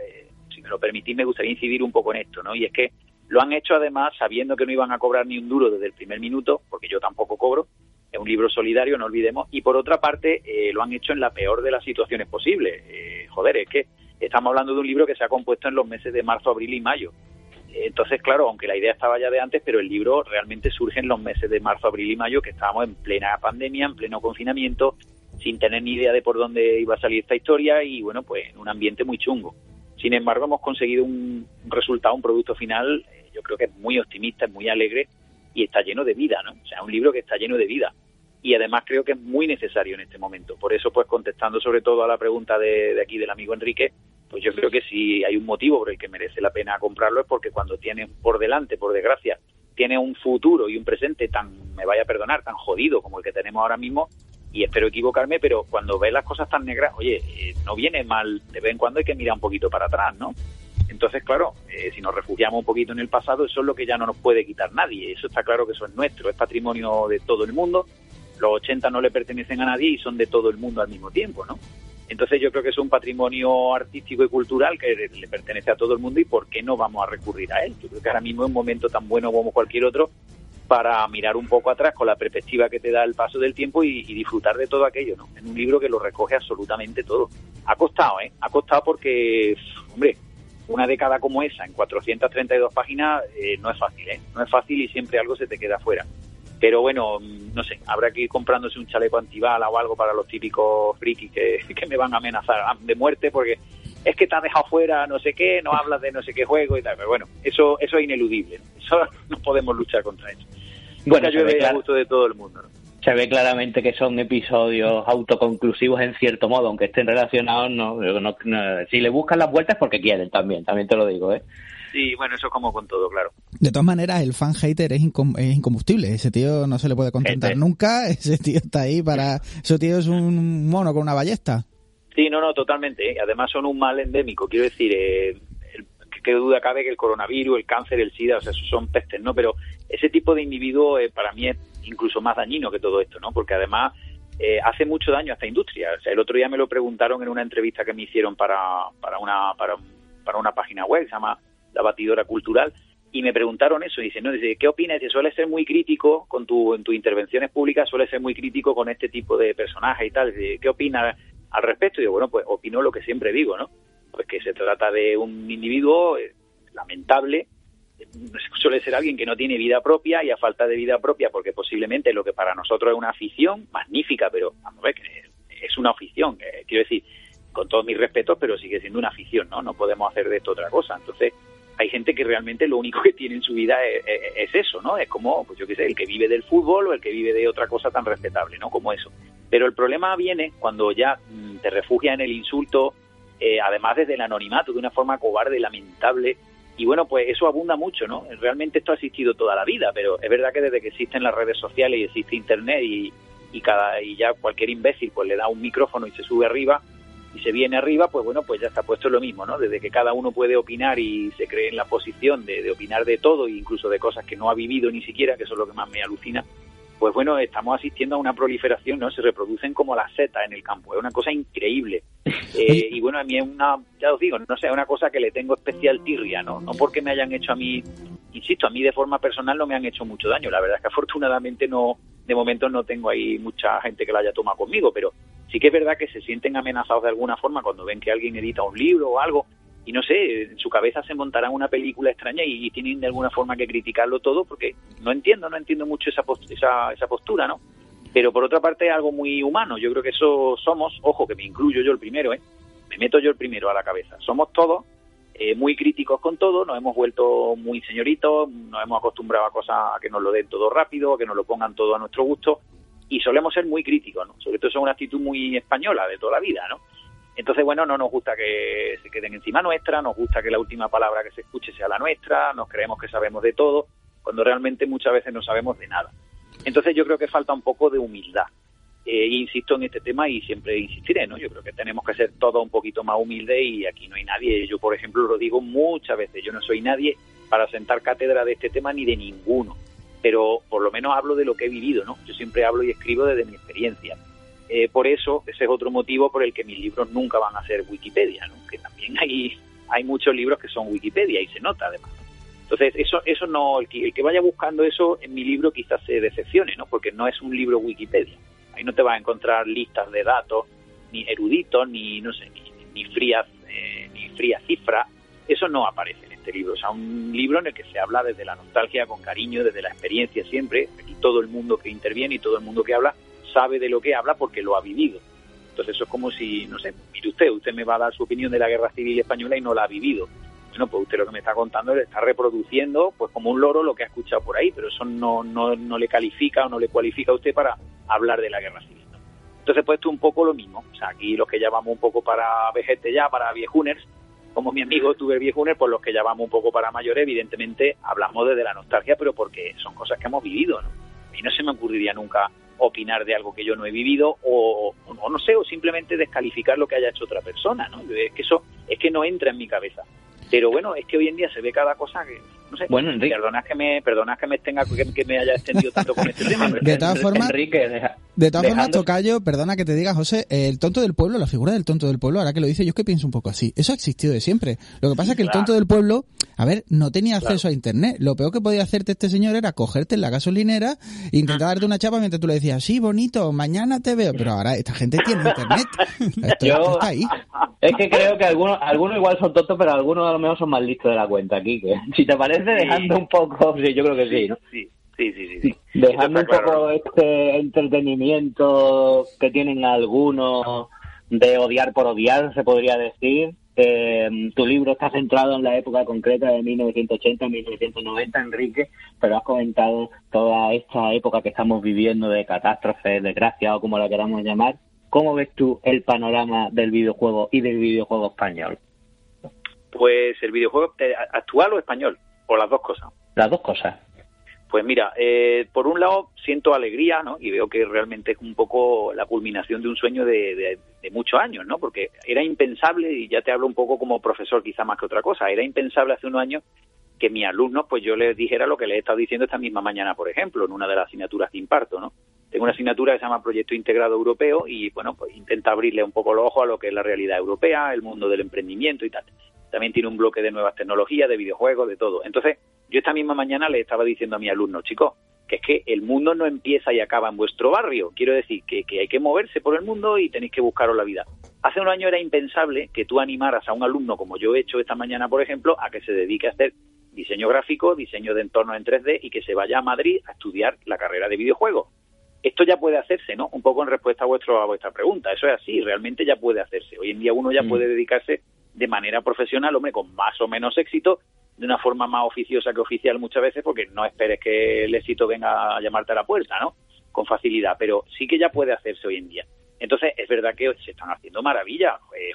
si me lo permitís, me gustaría incidir un poco en esto, ¿no? Y es que lo han hecho además sabiendo que no iban a cobrar ni un duro desde el primer minuto, porque yo tampoco cobro. Es un libro solidario, no olvidemos, y por otra parte lo han hecho en la peor de las situaciones posibles. Es que estamos hablando de un libro que se ha compuesto en los meses de marzo, abril y mayo. Entonces, claro, aunque la idea estaba ya de antes, pero el libro realmente surge en los meses de marzo, abril y mayo, que estábamos en plena pandemia, en pleno confinamiento, sin tener ni idea de por dónde iba a salir esta historia y, bueno, pues en un ambiente muy chungo. Sin embargo, hemos conseguido un resultado, un producto final, yo creo que es muy optimista, es muy alegre y está lleno de vida, ¿no? O sea, un libro que está lleno de vida. Y además creo que es muy necesario en este momento. Por eso, pues contestando sobre todo a la pregunta de aquí del amigo Enrique, pues yo creo que si hay un motivo por el que merece la pena comprarlo es porque cuando tienes por delante, por desgracia, tiene un futuro y un presente me vaya a perdonar, tan jodido como el que tenemos ahora mismo, y espero equivocarme, pero cuando ves las cosas tan negras, oye, no viene mal, de vez en cuando hay que mirar un poquito para atrás, ¿no? Entonces, claro, si nos refugiamos un poquito en el pasado, eso es lo que ya no nos puede quitar nadie. Eso está claro que eso es nuestro, es patrimonio de todo el mundo. Los 80 no le pertenecen a nadie y son de todo el mundo al mismo tiempo, ¿no? Entonces yo creo que es un patrimonio artístico y cultural que le pertenece a todo el mundo y ¿por qué no vamos a recurrir a él? Yo creo que ahora mismo es un momento tan bueno como cualquier otro para mirar un poco atrás con la perspectiva que te da el paso del tiempo y disfrutar de todo aquello, ¿no? En un libro que lo recoge absolutamente todo. Ha costado, ¿eh? Ha costado porque, hombre, una década como esa en 432 páginas no es fácil, ¿eh? No es fácil y siempre algo se te queda fuera. Pero bueno, no sé, habrá que ir comprándose un chaleco antibala o algo para los típicos frikis que me van a amenazar de muerte porque es que te has dejado fuera no sé qué, no hablas de no sé qué juego y tal. Pero bueno, eso es ineludible, ¿no? Eso no podemos luchar contra eso. Bueno, llueve a gusto de todo el mundo, ¿no? Se ve claramente que son episodios autoconclusivos en cierto modo, aunque estén relacionados, no, si le buscan las vueltas porque quieren también te lo digo, ¿eh? Sí, bueno, eso es como con todo, claro. De todas maneras, el fan hater es incombustible. Ese tío no se le puede contentar nunca. Ese tío está ahí para... Ese tío es un mono con una ballesta. Sí, no, totalmente. ¿Eh? Además son un mal endémico. Quiero decir, qué duda cabe que el coronavirus, el cáncer, el SIDA, o sea, esos son pestes, ¿no? Pero ese tipo de individuo para mí es incluso más dañino que todo esto, ¿no? Porque además hace mucho daño a esta industria. O sea, el otro día me lo preguntaron en una entrevista que me hicieron para una página web que se llama La Batidora Cultural, y me preguntaron eso, y dicen, ¿no? Dice, ¿qué opinas? Dice, suele ser muy crítico en tus intervenciones públicas, suele ser muy crítico con este tipo de personajes y tal. Dice, ¿qué opinas al respecto? Y digo, bueno, pues opino lo que siempre digo, ¿no? Pues que se trata de un individuo lamentable, suele ser alguien que no tiene vida propia y a falta de vida propia, porque posiblemente lo que para nosotros es una afición magnífica, pero vamos a ver, que es una afición, quiero decir, con todos mis respetos, pero sigue siendo una afición, ¿no? No podemos hacer de esto otra cosa. Entonces, hay gente que realmente lo único que tiene en su vida es eso, ¿no? Es como, pues yo qué sé, el que vive del fútbol o el que vive de otra cosa tan respetable, ¿no? Como eso. Pero el problema viene cuando ya te refugias en el insulto, además desde el anonimato, de una forma cobarde, lamentable. Y bueno, pues eso abunda mucho, ¿no? Realmente esto ha existido toda la vida, pero es verdad que desde que existen las redes sociales y existe Internet y y ya cualquier imbécil pues le da un micrófono y se sube arriba y se viene arriba, pues bueno, pues ya está puesto lo mismo, ¿no? Desde que cada uno puede opinar y se cree en la posición de opinar de todo, incluso de cosas que no ha vivido ni siquiera, que eso es lo que más me alucina, pues bueno, estamos asistiendo a una proliferación, ¿no? Se reproducen como las setas en el campo, es una cosa increíble. Y bueno, a mí es ya os digo, no sé, es una cosa que le tengo especial tirria, ¿no? No porque me hayan hecho a mí, insisto, a mí de forma personal no me han hecho mucho daño, la verdad es que afortunadamente no, de momento no tengo ahí mucha gente que la haya tomado conmigo, pero sí que es verdad que se sienten amenazados de alguna forma cuando ven que alguien edita un libro o algo, y no sé, en su cabeza se montarán una película extraña y tienen de alguna forma que criticarlo todo, porque no entiendo mucho esa postura, ¿no? Pero por otra parte es algo muy humano, yo creo que eso somos, ojo que me incluyo yo el primero, me meto yo el primero a la cabeza, somos todos muy críticos con todo, nos hemos vuelto muy señoritos, nos hemos acostumbrado a cosas, a que nos lo den todo rápido, a que nos lo pongan todo a nuestro gusto, y solemos ser muy críticos, ¿no? Sobre todo eso es una actitud muy española de toda la vida, ¿no? Entonces, bueno, no nos gusta que se queden encima nuestra, nos gusta que la última palabra que se escuche sea la nuestra, nos creemos que sabemos de todo, cuando realmente muchas veces no sabemos de nada. Entonces yo creo que falta un poco de humildad. Insisto en este tema y siempre insistiré, ¿no? Yo creo que tenemos que ser todos un poquito más humildes y aquí no hay nadie. Yo, por ejemplo, lo digo muchas veces, yo no soy nadie para sentar cátedra de este tema ni de ninguno, pero por lo menos hablo de lo que he vivido, ¿no? Yo siempre hablo y escribo desde mi experiencia. Por eso, ese es otro motivo por el que mis libros nunca van a ser Wikipedia, ¿no? Que también hay muchos libros que son Wikipedia y se nota además. Entonces, eso no, el que vaya buscando eso en mi libro quizás se decepcione, ¿no? Porque no es un libro Wikipedia. Ahí no te vas a encontrar listas de datos, ni eruditos, ni no sé, ni frías cifras. Eso no aparece en este libro. O sea, un libro en el que se habla desde la nostalgia, con cariño, desde la experiencia siempre. Aquí todo el mundo que interviene y todo el mundo que habla sabe de lo que habla porque lo ha vivido. Entonces eso es como si, no sé, mire usted me va a dar su opinión de la Guerra Civil Española y no la ha vivido. Bueno, pues usted lo que me está contando le está reproduciendo pues como un loro lo que ha escuchado por ahí, pero eso no le califica o no le cualifica a usted para hablar de la Guerra Civil, ¿no? Entonces pues esto es un poco lo mismo. O sea, aquí los que ya vamos un poco para vejete ya, para viejuners, como mi amigo tuve viejuner, pues los que ya vamos un poco para mayores, evidentemente hablamos desde la nostalgia, pero porque son cosas que hemos vivido, ¿no? Y no se me ocurriría nunca opinar de algo que yo no he vivido o no sé, o simplemente descalificar lo que haya hecho otra persona, ¿no? Es que no entra en mi cabeza. Pero bueno, es que hoy en día se ve cada cosa que, no sé, bueno, Enrique, perdonad que me haya extendido tanto con este tema. De todas formas, Enrique, Tocayo, perdona que te diga, José, el tonto del pueblo, la figura del tonto del pueblo, ahora que lo dice, yo es que pienso un poco así. Eso ha existido de siempre. Lo que pasa es que el tonto del pueblo, a ver, no tenía acceso a internet. Lo peor que podía hacerte este señor era cogerte en la gasolinera e intentar darte una chapa mientras tú le decías, sí, bonito, mañana te veo. Pero ahora esta gente tiene internet. Esto está ahí. Es que creo que algunos igual son tontos, pero algunos a lo mejor son más listos de la cuenta aquí. Que, si te parece, dejando un poco... Sí, yo creo que sí, ¿no? Sí. Dejando un poco este entretenimiento que tienen algunos de odiar por odiar, se podría decir. Tu libro está centrado en la época concreta de 1980-1990, Enrique, pero has comentado toda esta época que estamos viviendo de catástrofes, desgracia o como la queramos llamar. ¿Cómo ves tú el panorama del videojuego y del videojuego español? Pues el videojuego actual o español, o las dos cosas. Las dos cosas. Pues mira, por un lado siento alegría, ¿no? Y veo que realmente es un poco la culminación de un sueño de muchos años, ¿no? Porque era impensable, y ya te hablo un poco como profesor quizá más que otra cosa, era impensable hace unos años que mis alumnos, pues yo les dijera lo que les he estado diciendo esta misma mañana, por ejemplo, en una de las asignaturas que imparto, ¿no? Tengo una asignatura que se llama Proyecto Integrado Europeo y, bueno, pues intenta abrirle un poco los ojos a lo que es la realidad europea, el mundo del emprendimiento y tal. También tiene un bloque de nuevas tecnologías, de videojuegos, de todo. Entonces, yo esta misma mañana le estaba diciendo a mis alumnos, chicos, que es que el mundo no empieza y acaba en vuestro barrio. Quiero decir que hay que moverse por el mundo y tenéis que buscaros la vida. Hace un año era impensable que tú animaras a un alumno, como yo he hecho esta mañana, por ejemplo, a que se dedique a hacer diseño gráfico, diseño de entornos en 3D y que se vaya a Madrid a estudiar la carrera de videojuegos. Esto ya puede hacerse, ¿no? Un poco en respuesta a vuestra pregunta. Eso es así, realmente ya puede hacerse. Hoy en día uno ya puede dedicarse de manera profesional, hombre, con más o menos éxito, de una forma más oficiosa que oficial muchas veces, porque no esperes que el éxito venga a llamarte a la puerta, ¿no? Con facilidad, pero sí que ya puede hacerse hoy en día. Entonces, es verdad que se están haciendo maravillas.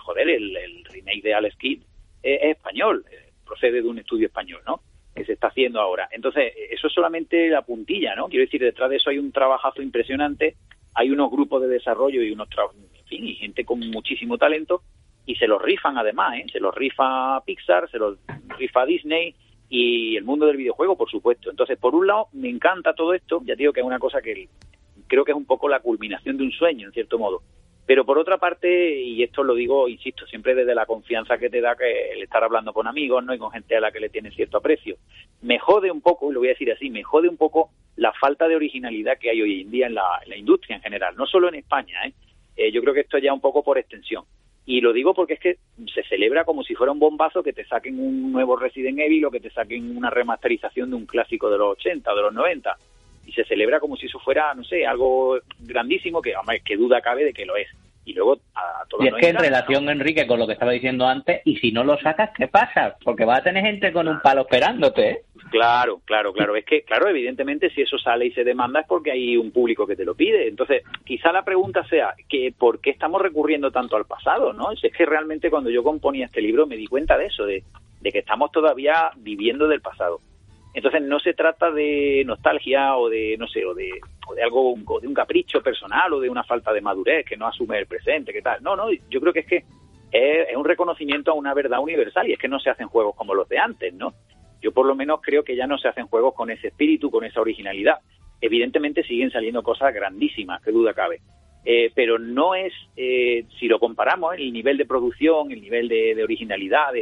El remake de Alex Kidd es español, procede de un estudio español, ¿no? Que se está haciendo ahora. Entonces, eso es solamente la puntilla, ¿no? Quiero decir, detrás de eso hay un trabajazo impresionante hay unos grupos de desarrollo y y gente con muchísimo talento, y se los rifan además, se los rifa Pixar, se los rifa Disney y el mundo del videojuego, por supuesto. Entonces, por un lado, me encanta todo esto, ya digo que es una cosa que creo que es un poco la culminación de un sueño, en cierto modo. Pero por otra parte, y esto lo digo, insisto, siempre desde la confianza que te da que el estar hablando con amigos, ¿no? Y con gente a la que le tienes cierto aprecio, me jode un poco, y lo voy a decir así, me jode un poco la falta de originalidad que hay hoy en día en la industria en general, no solo en España, yo creo que esto ya un poco por extensión. Y lo digo porque es que se celebra como si fuera un bombazo que te saquen un nuevo Resident Evil o que te saquen una remasterización de un clásico de los 80 o de los 90. Y se celebra como si eso fuera, no sé, algo grandísimo, que hombre, que duda cabe de que lo es. Y luego a todos. Y es que en relación, Enrique, con lo que estaba diciendo antes, y si no lo sacas, ¿qué pasa? Porque vas a tener gente con un palo esperándote, ¿eh? Claro. Es que, claro, evidentemente, si eso sale y se demanda es porque hay un público que te lo pide. Entonces, quizá la pregunta sea que ¿por qué estamos recurriendo tanto al pasado, no? Es que realmente cuando yo componía este libro me di cuenta de eso, de que estamos todavía viviendo del pasado. Entonces, no se trata de nostalgia o de, no sé, o de algo, de un capricho personal o de una falta de madurez que no asume el presente, ¿qué tal? No, yo creo que es un reconocimiento a una verdad universal, y es que no se hacen juegos como los de antes, ¿no? Yo por lo menos creo que ya no se hacen juegos con ese espíritu, con esa originalidad. Evidentemente siguen saliendo cosas grandísimas, qué duda cabe. Pero no es, si lo comparamos, el nivel de producción, el nivel de originalidad,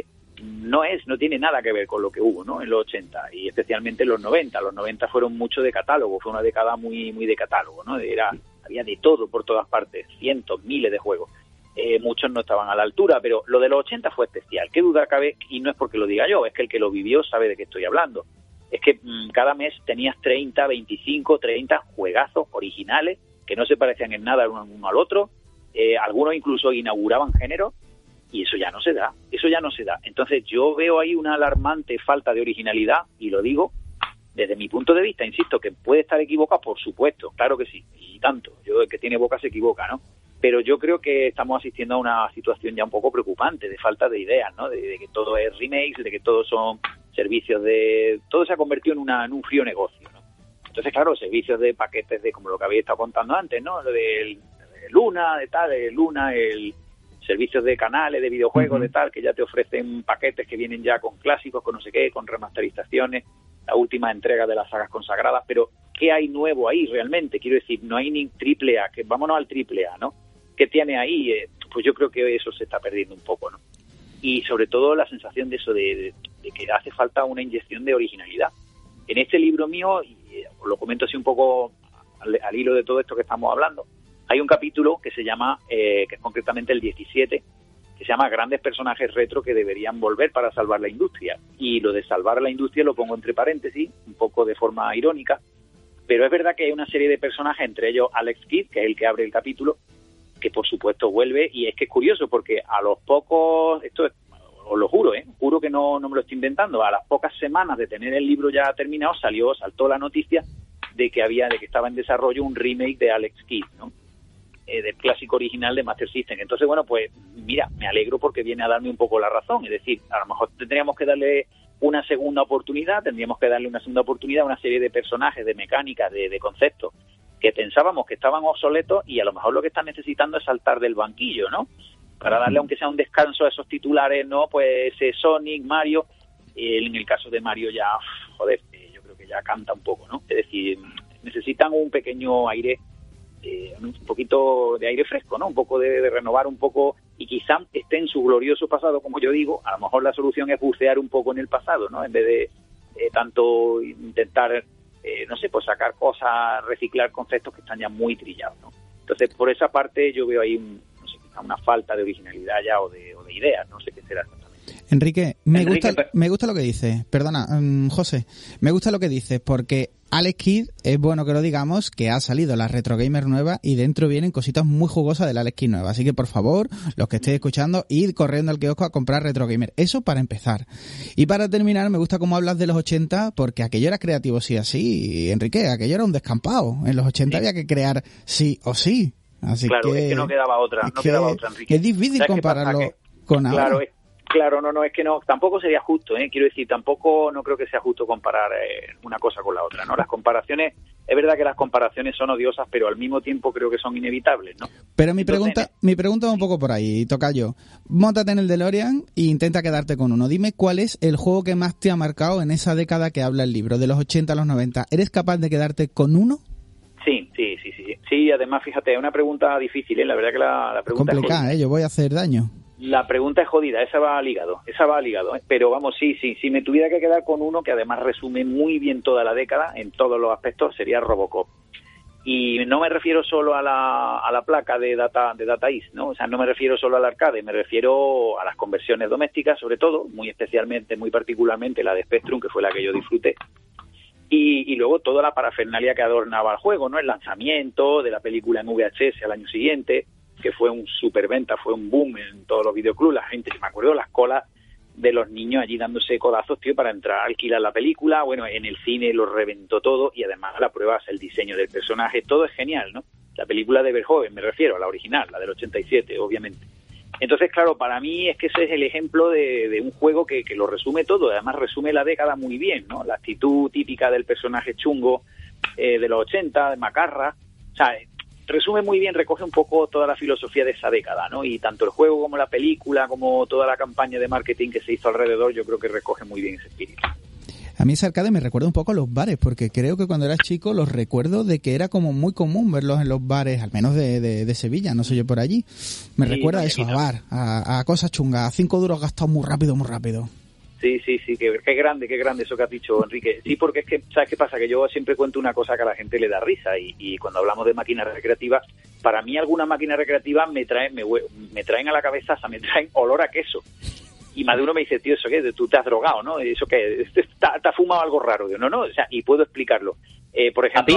no tiene nada que ver con lo que hubo, ¿no? En los 80 y especialmente en los 90. Los 90 fueron mucho de catálogo, fue una década muy, muy de catálogo, ¿no? Había de todo por todas partes, cientos, miles de juegos. Muchos no estaban a la altura, pero lo de los 80 fue especial. Qué duda cabe, y no es porque lo diga yo, es que el que lo vivió sabe de qué estoy hablando. Es que cada mes tenías 30, 25, 30 juegazos originales que no se parecían en nada uno al otro. Algunos incluso inauguraban géneros, y eso ya no se da. Entonces yo veo ahí una alarmante falta de originalidad, y lo digo desde mi punto de vista, insisto, que puede estar equivocado, por supuesto, claro que sí, y tanto. El que tiene boca se equivoca, ¿no? Pero yo creo que estamos asistiendo a una situación ya un poco preocupante de falta de ideas, ¿no? De que todo es remakes, de que todos son servicios todo se ha convertido en un frío negocio, ¿no? Entonces, claro, servicios de paquetes de como lo que habéis estado contando antes, ¿no? Lo de Luna, el servicios de canales de videojuegos, de tal, que ya te ofrecen paquetes que vienen ya con clásicos, con no sé qué, con remasterizaciones, la última entrega de las sagas consagradas, pero ¿qué hay nuevo ahí realmente? Quiero decir, no hay ni AAA, que vámonos al AAA, ¿no? ¿Qué tiene ahí? Pues yo creo que eso se está perdiendo un poco, ¿no? Y sobre todo la sensación de eso, de que hace falta una inyección de originalidad. En este libro mío, y os lo comento así un poco al hilo de todo esto que estamos hablando, hay un capítulo que se llama, que es concretamente el 17, que se llama Grandes personajes retro que deberían volver para salvar la industria. Y lo de salvar la industria lo pongo entre paréntesis, un poco de forma irónica, pero es verdad que hay una serie de personajes, entre ellos Alex Kidd, que es el que abre el capítulo, que por supuesto vuelve, y es que es curioso porque a los pocos, esto os lo juro, juro que no me lo estoy inventando, a las pocas semanas de tener el libro ya terminado saltó la noticia de que estaba en desarrollo un remake de Alex Kidd, ¿no? Del clásico original de Master System. Entonces, bueno, pues mira, me alegro porque viene a darme un poco la razón, es decir, a lo mejor tendríamos que darle una segunda oportunidad a una serie de personajes, de mecánicas, de conceptos que pensábamos que estaban obsoletos, y a lo mejor lo que están necesitando es saltar del banquillo, ¿no? Para darle, aunque sea un descanso a esos titulares, ¿no? Pues Sonic, Mario, en el caso de Mario ya, yo creo que ya canta un poco, ¿no? Es decir, necesitan un pequeño aire, un poquito de aire fresco, ¿no? Un poco de renovar un poco, y quizá esté en su glorioso pasado, como yo digo. A lo mejor la solución es bucear un poco en el pasado, ¿no? En vez de tanto intentar no sé, pues sacar cosas, reciclar conceptos que están ya muy trillados, ¿no? Entonces, por esa parte yo veo ahí una falta de originalidad ya o de ideas, no sé qué será exactamente. Enrique, me gusta lo que dices, perdona, José, me gusta lo que dices, porque Alex Kidd, es bueno que lo digamos, que ha salido la Retro Gamer nueva y dentro vienen cositas muy jugosas del Alex Kidd nueva. Así que, por favor, los que estéis escuchando, id corriendo al kiosco a comprar Retro Gamer. Eso para empezar. Y para terminar, me gusta cómo hablas de los 80, porque aquello era creativo sí o sí. Enrique, aquello era un descampado. En los 80 había que crear sí o sí. Así claro, que, es que no quedaba otra, Enrique. Es difícil compararlo con ahora. Claro, es que no, tampoco sería justo, quiero decir, tampoco no creo que sea justo comparar una cosa con la otra, ¿no? Las comparaciones es verdad que las comparaciones son odiosas, pero al mismo tiempo creo que son inevitables, ¿no? Pero mi pregunta va un poco por ahí, tocayo. Móntate en el DeLorean e intenta quedarte con uno. Dime cuál es el juego que más te ha marcado en esa década que habla el libro, de los 80 a los 90. ¿Eres capaz de quedarte con uno? Sí. Sí, además, fíjate, es una pregunta difícil, ¿eh? La verdad que la pregunta complicada, es complicada, yo voy a hacer daño. La pregunta es jodida, esa va ligado, ¿eh? Pero vamos, sí, si me tuviera que quedar con uno que además resume muy bien toda la década, en todos los aspectos, sería Robocop. Y no me refiero solo a la placa de Data East, ¿no? O sea, no me refiero solo al arcade, me refiero a las conversiones domésticas, sobre todo, muy particularmente la de Spectrum, que fue la que yo disfruté. Y luego toda la parafernalia que adornaba el juego, ¿no? El lanzamiento de la película en VHS al año siguiente, que fue un superventa, fue un boom en todos los videoclubs. La gente, me acuerdo, las colas de los niños allí dándose codazos, tío, para entrar a alquilar la película. Bueno, en el cine lo reventó todo y además la prueba es el diseño del personaje. Todo es genial, ¿no? La película de Verhoeven, me refiero a la original, la del 87, obviamente. Entonces, claro, para mí es que ese es el ejemplo de un juego que lo resume todo. Además, resume la década muy bien, ¿no? La actitud típica del personaje chungo de los 80, de Macarra. O sea, resume muy bien, recoge un poco toda la filosofía de esa década, ¿no? Y tanto el juego como la película, como toda la campaña de marketing que se hizo alrededor, yo creo que recoge muy bien ese espíritu. A mí ese arcade me recuerda un poco a los bares, porque creo que cuando era chico los recuerdo de que era como muy común verlos en los bares, al menos de Sevilla, no sé yo por allí. Me recuerda a eso, a bar, a cosas chungas, a 5 duros gastados muy rápido. Sí, qué grande eso que has dicho, Enrique. Sí, porque es que, ¿sabes qué pasa? Que yo siempre cuento una cosa que a la gente le da risa y cuando hablamos de máquinas recreativas, para mí algunas máquinas recreativas me traen a la cabeza, o sea, me traen olor a queso. Y más de uno me dice, tío, ¿eso qué? Tú te has drogado, ¿no? ¿Eso qué? ¿Te has fumado algo raro? Digo, no, o sea, y puedo explicarlo. Por ejemplo,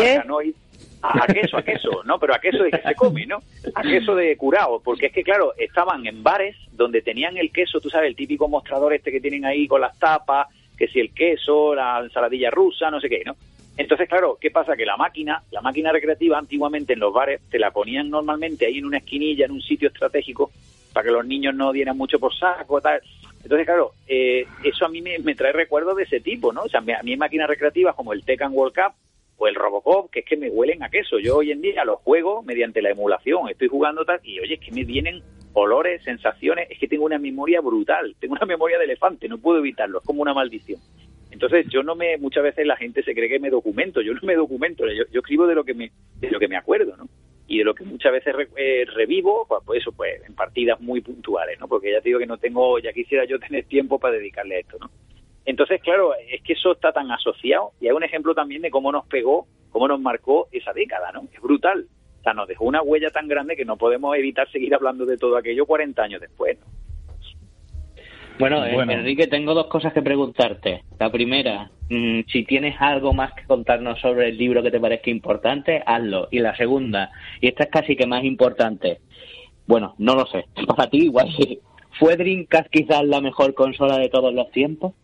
a queso, ¿no? Pero a queso de que se come, ¿no? A queso de curado, porque es que, claro, estaban en bares donde tenían el queso, tú sabes, el típico mostrador que tienen ahí con las tapas, que si el queso, la ensaladilla rusa, no sé qué, ¿no? Entonces, claro, ¿qué pasa? Que la máquina recreativa antiguamente en los bares te la ponían normalmente ahí en una esquinilla, en un sitio estratégico, para que los niños no dieran mucho por saco, tal. Entonces, claro, eso a mí me trae recuerdos de ese tipo, ¿no? O sea, a mí hay máquinas recreativas como el Tekken World Cup o el Robocop, que es que me huelen a queso. Yo hoy en día los juego mediante la emulación, estoy jugando tal, y oye, es que me vienen olores, sensaciones, es que tengo una memoria brutal, tengo una memoria de elefante, no puedo evitarlo, es como una maldición. Entonces, muchas veces la gente se cree que me documento, yo no me documento, yo escribo de lo que me acuerdo, ¿no? Y de lo que muchas veces revivo, pues en partidas muy puntuales, ¿no? Porque ya te digo que ya quisiera yo tener tiempo para dedicarle a esto, ¿no? Entonces, claro, es que eso está tan asociado y hay un ejemplo también de cómo nos pegó, cómo nos marcó esa década, ¿no? Es brutal. O sea, nos dejó una huella tan grande que no podemos evitar seguir hablando de todo aquello 40 años después, ¿no? Bueno, Enrique, tengo dos cosas que preguntarte. La primera, si tienes algo más que contarnos sobre el libro que te parezca importante, hazlo. Y la segunda, y esta es casi que más importante, bueno, no lo sé, para ti igual sí. ¿Fue Dreamcast quizás la mejor consola de todos los tiempos?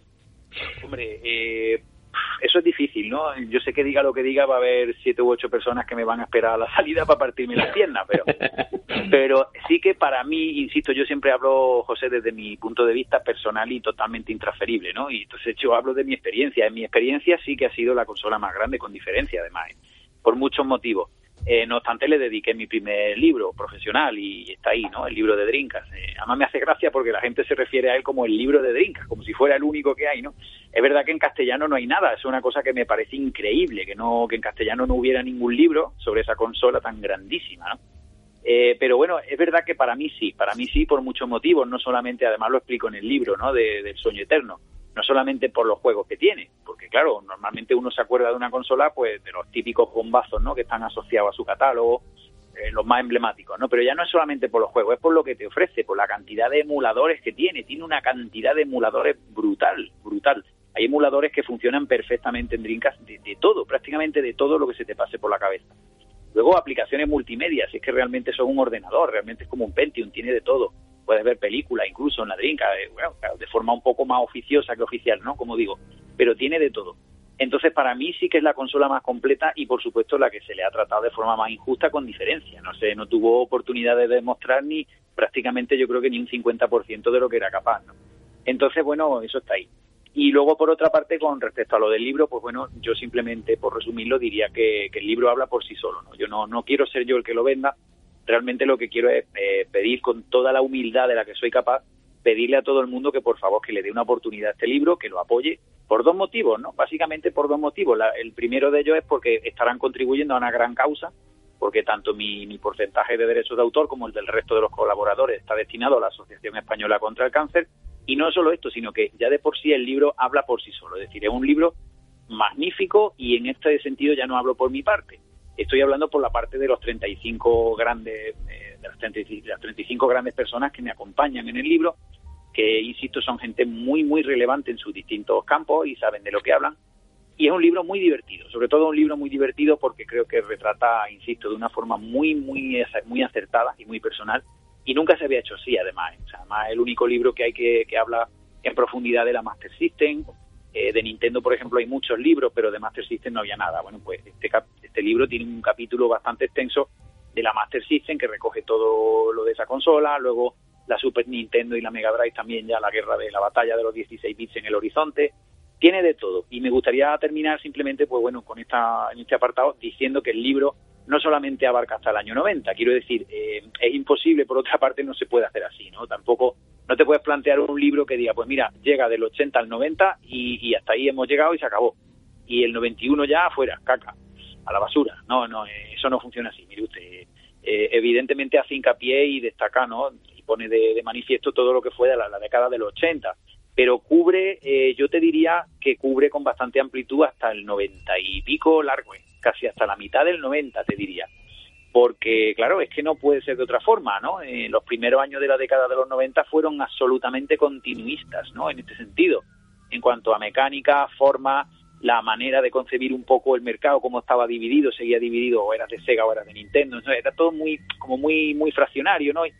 Hombre, eso es difícil, ¿no? Yo sé que diga lo que diga, va a haber 7 u 8 personas que me van a esperar a la salida para partirme las piernas, pero sí que para mí, insisto, yo siempre hablo, José, desde mi punto de vista personal y totalmente intransferible, ¿no? Y entonces yo hablo de mi experiencia. En mi experiencia sí que ha sido la consola más grande, con diferencia además, por muchos motivos. No obstante, le dediqué mi primer libro profesional y está ahí, ¿no? El libro de Dreamcast. Además me hace gracia porque la gente se refiere a él como el libro de Dreamcast, como si fuera el único que hay, ¿no? Es verdad que en castellano no hay nada, es una cosa que me parece increíble, que en castellano no hubiera ningún libro sobre esa consola tan grandísima, ¿no? Pero bueno, es verdad que para mí sí por muchos motivos, no solamente, además lo explico en el libro, ¿no? Del Sueño Eterno. No solamente por los juegos que tiene, porque claro, normalmente uno se acuerda de una consola pues de los típicos bombazos, ¿no? Que están asociados a su catálogo, los más emblemáticos, ¿no? Pero ya no es solamente por los juegos, es por lo que te ofrece, por la cantidad de emuladores que tiene una cantidad de emuladores brutal. Hay emuladores que funcionan perfectamente en Dreamcast de todo, prácticamente de todo lo que se te pase por la cabeza. Luego aplicaciones multimedia, si es que realmente son un ordenador, realmente es como un Pentium, tiene de todo. Puedes ver películas incluso en la Dreamcast, de forma un poco más oficiosa que oficial, ¿no? Como digo, pero tiene de todo. Entonces, para mí sí que es la consola más completa y, por supuesto, la que se le ha tratado de forma más injusta, con diferencia. No tuvo oportunidad de demostrar prácticamente yo creo que ni un 50% de lo que era capaz, ¿no? Entonces, bueno, eso está ahí. Y luego, por otra parte, con respecto a lo del libro, pues bueno, yo simplemente, por resumirlo, diría que el libro habla por sí solo, ¿no? Yo no quiero ser yo el que lo venda. Realmente lo que quiero es pedir con toda la humildad de la que soy capaz, pedirle a todo el mundo que por favor que le dé una oportunidad a este libro, que lo apoye, por 2 motivos, ¿no? Básicamente por 2 motivos. El primero de ellos es porque estarán contribuyendo a una gran causa, porque tanto mi porcentaje de derechos de autor como el del resto de los colaboradores está destinado a la Asociación Española contra el Cáncer. Y no solo esto, sino que ya de por sí el libro habla por sí solo. Es decir, es un libro magnífico, y en este sentido ya no hablo por mi parte. Estoy hablando por la parte de los 35 grandes, de las 35 grandes personas que me acompañan en el libro, que, insisto, son gente muy, muy relevante en sus distintos campos y saben de lo que hablan. Y es un libro muy divertido, sobre todo un libro muy divertido porque creo que retrata, insisto, de una forma muy, muy, muy acertada y muy personal. Y nunca se había hecho así, además. O sea, además, el único libro que hay que habla en profundidad de la Master System. De Nintendo, por ejemplo, hay muchos libros, pero de Master System no había nada. Bueno, pues este libro tiene un capítulo bastante extenso de la Master System que recoge todo lo de esa consola, luego la Super Nintendo y la Mega Drive también, ya la guerra de la batalla de los 16 bits en el horizonte. Tiene de todo. Y me gustaría terminar simplemente, pues bueno, en este apartado, diciendo que el libro no solamente abarca hasta el año 90. Quiero decir, es imposible, por otra parte, no se puede hacer así, ¿no? Tampoco, no te puedes plantear un libro que diga, pues mira, llega del 80 al 90 y hasta ahí hemos llegado y se acabó. Y el 91 ya afuera, caca, a la basura. No, eso no funciona así. Mire usted, evidentemente hace hincapié y destaca, ¿no? Y pone de manifiesto todo lo que fue de la década de los 80. Pero cubre, yo te diría que cubre con bastante amplitud hasta el 90 y pico largo, casi hasta la mitad del 90, te diría. Porque, claro, es que no puede ser de otra forma, ¿no? Los primeros años de la década de los 90 fueron absolutamente continuistas, ¿no? En este sentido, en cuanto a mecánica, forma, la manera de concebir un poco el mercado, cómo estaba dividido, seguía dividido, o eras de Sega o eras de Nintendo, entonces era todo muy fraccionario, ¿no?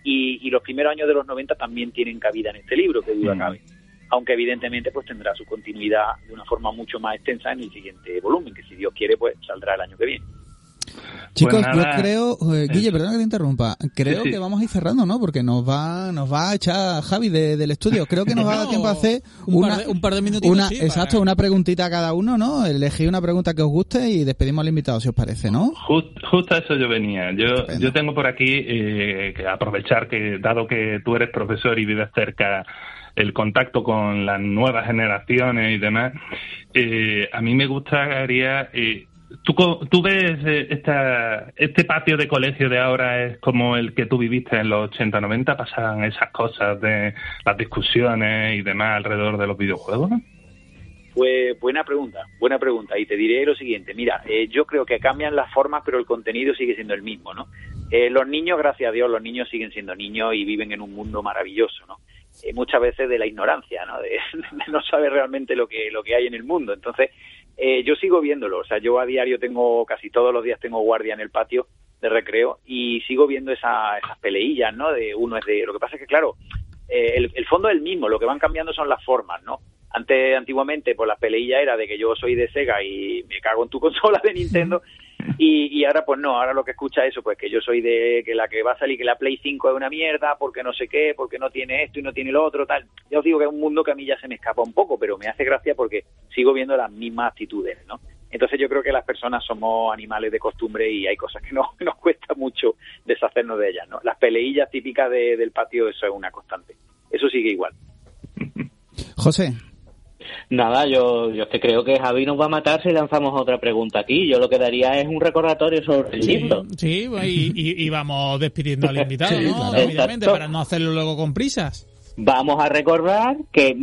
Y los primeros años de los 90 también tienen cabida en este libro, que duda cabe. Aunque evidentemente pues tendrá su continuidad de una forma mucho más extensa en el siguiente volumen, que si Dios quiere pues saldrá el año que viene. Chicos, pues yo creo, Guille, perdona que te interrumpa, creo que vamos a ir cerrando, ¿no? Porque nos va a echar Javi del estudio. Creo que nos va a dar tiempo a hacer un par de minutitos. Exacto, una preguntita a cada uno, ¿no? Elegir una pregunta que os guste y despedimos al invitado, si os parece, ¿no? Justo a eso yo venía. Yo tengo por aquí que aprovechar que, dado que tú eres profesor y vives cerca, el contacto con las nuevas generaciones y demás, a mí me gustaría... ¿Tú ves este patio de colegio de ahora es como el que tú viviste en los 80-90? ¿Pasan esas cosas de las discusiones y demás alrededor de los videojuegos, no? Pues buena pregunta. Y te diré lo siguiente. Mira, yo creo que cambian las formas, pero el contenido sigue siendo el mismo, ¿no? Los niños, gracias a Dios, los niños siguen siendo niños y viven en un mundo maravilloso, ¿no? Muchas veces de la ignorancia, ¿no? De no saber realmente lo que hay en el mundo. Entonces, yo sigo viéndolo. O sea, yo a diario casi todos los días tengo guardia en el patio de recreo y sigo viendo esas peleillas, ¿no? Lo que pasa es que, claro, el fondo es el mismo. Lo que van cambiando son las formas, ¿no? Antiguamente, pues la peleilla era de que yo soy de Sega y me cago en tu consola de Nintendo. Y ahora pues no, ahora lo que escucha eso, pues que yo soy de que la que va a salir, que la Play 5 es una mierda, porque no sé qué, porque no tiene esto y no tiene lo otro, tal. Ya os digo que es un mundo que a mí ya se me escapa un poco, pero me hace gracia porque sigo viendo las mismas actitudes, ¿no? Entonces yo creo que las personas somos animales de costumbre y hay cosas que nos cuesta mucho deshacernos de ellas, ¿no? Las peleillas típicas del patio, eso es una constante. Eso sigue igual. José. Nada, yo te creo que Javi nos va a matar si lanzamos otra pregunta aquí. Yo lo que daría es un recordatorio sobre el libro. Sí, y vamos despidiendo al invitado, sí, ¿no? Claro. Obviamente, para no hacerlo luego con prisas. Vamos a recordar que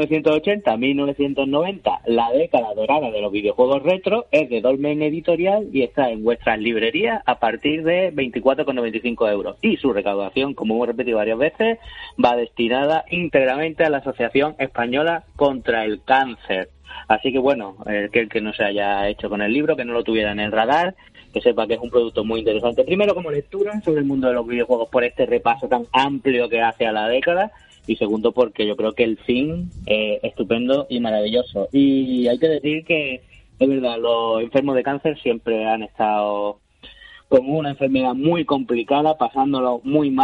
1980-1990, la década dorada de los videojuegos retro, es de Dolmen Editorial y está en vuestras librerías a partir de 24,95 euros. Y su recaudación, como hemos repetido varias veces, va destinada íntegramente a la Asociación Española contra el Cáncer. Así que bueno, el que no se haya hecho con el libro, que no lo tuviera en el radar, que sepa que es un producto muy interesante. Primero, como lectura sobre el mundo de los videojuegos por este repaso tan amplio que hace a la década. Y segundo, porque yo creo que el fin es estupendo y maravilloso. Y hay que decir que, es verdad, los enfermos de cáncer siempre han estado con una enfermedad muy complicada, pasándolo muy mal,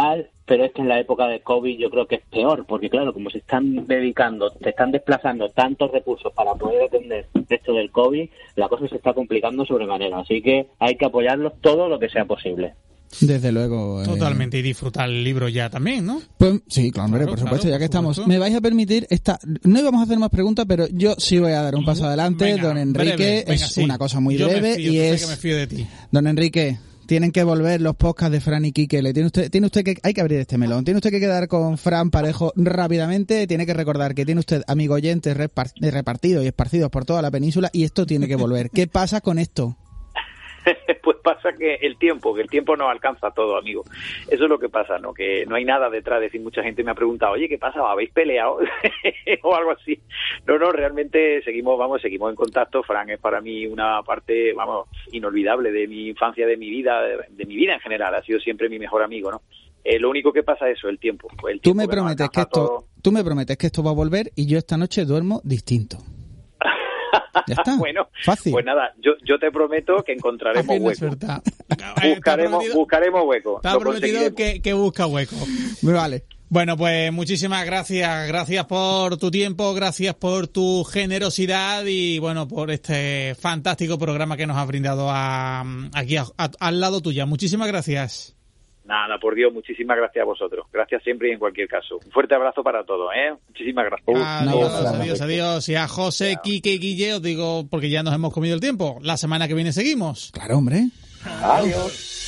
pero es que en la época de COVID yo creo que es peor, porque claro, como se están desplazando tantos recursos para poder atender esto del COVID, la cosa se está complicando sobremanera, así que hay que apoyarlos todo lo que sea posible. Desde luego. Totalmente, y disfrutar el libro ya también, ¿no? Pues sí, claro, por supuesto, ya que estamos. Me vais a permitir no íbamos a hacer más preguntas, pero yo sí voy a dar un paso adelante. Venga, don Enrique, breve, es una cosa muy breve y es que me fío de ti. Don Enrique, tienen que volver los podcasts de Fran y Quique. Tiene usted que, hay que abrir este melón. Tiene usted que quedar con Fran Parejo rápidamente. Tiene que recordar que tiene usted amigos oyentes repartidos y esparcidos por toda la península y esto tiene que volver. ¿Qué pasa con esto? Pues pasa que el tiempo no alcanza todo, amigo. Eso es lo que pasa, ¿no? Que no hay nada detrás. Es decir, mucha gente me ha preguntado, oye, ¿qué pasa? ¿Habéis peleado? o algo así. No, realmente seguimos en contacto. Fran es para mí una parte, inolvidable de mi infancia, de mi vida en general. Ha sido siempre mi mejor amigo, ¿no? Lo único que pasa es eso, el tiempo. Tú me prometes que esto va a volver y yo esta noche duermo distinto. Ya está. Bueno, fácil. Pues nada, yo te prometo que encontraremos hueco. Buscaremos hueco. Está prometido que busca hueco. Vale. Bueno, pues muchísimas gracias. Gracias por tu tiempo, gracias por tu generosidad y bueno, por este fantástico programa que nos has brindado aquí al lado tuya. Muchísimas gracias. Nada, por Dios, muchísimas gracias a vosotros. Gracias siempre y en cualquier caso. Un fuerte abrazo para todos, ¿eh? Muchísimas gracias. Adiós. Y a José, Quique y Guille os digo, porque ya nos hemos comido el tiempo. La semana que viene seguimos. Claro, hombre. Adiós.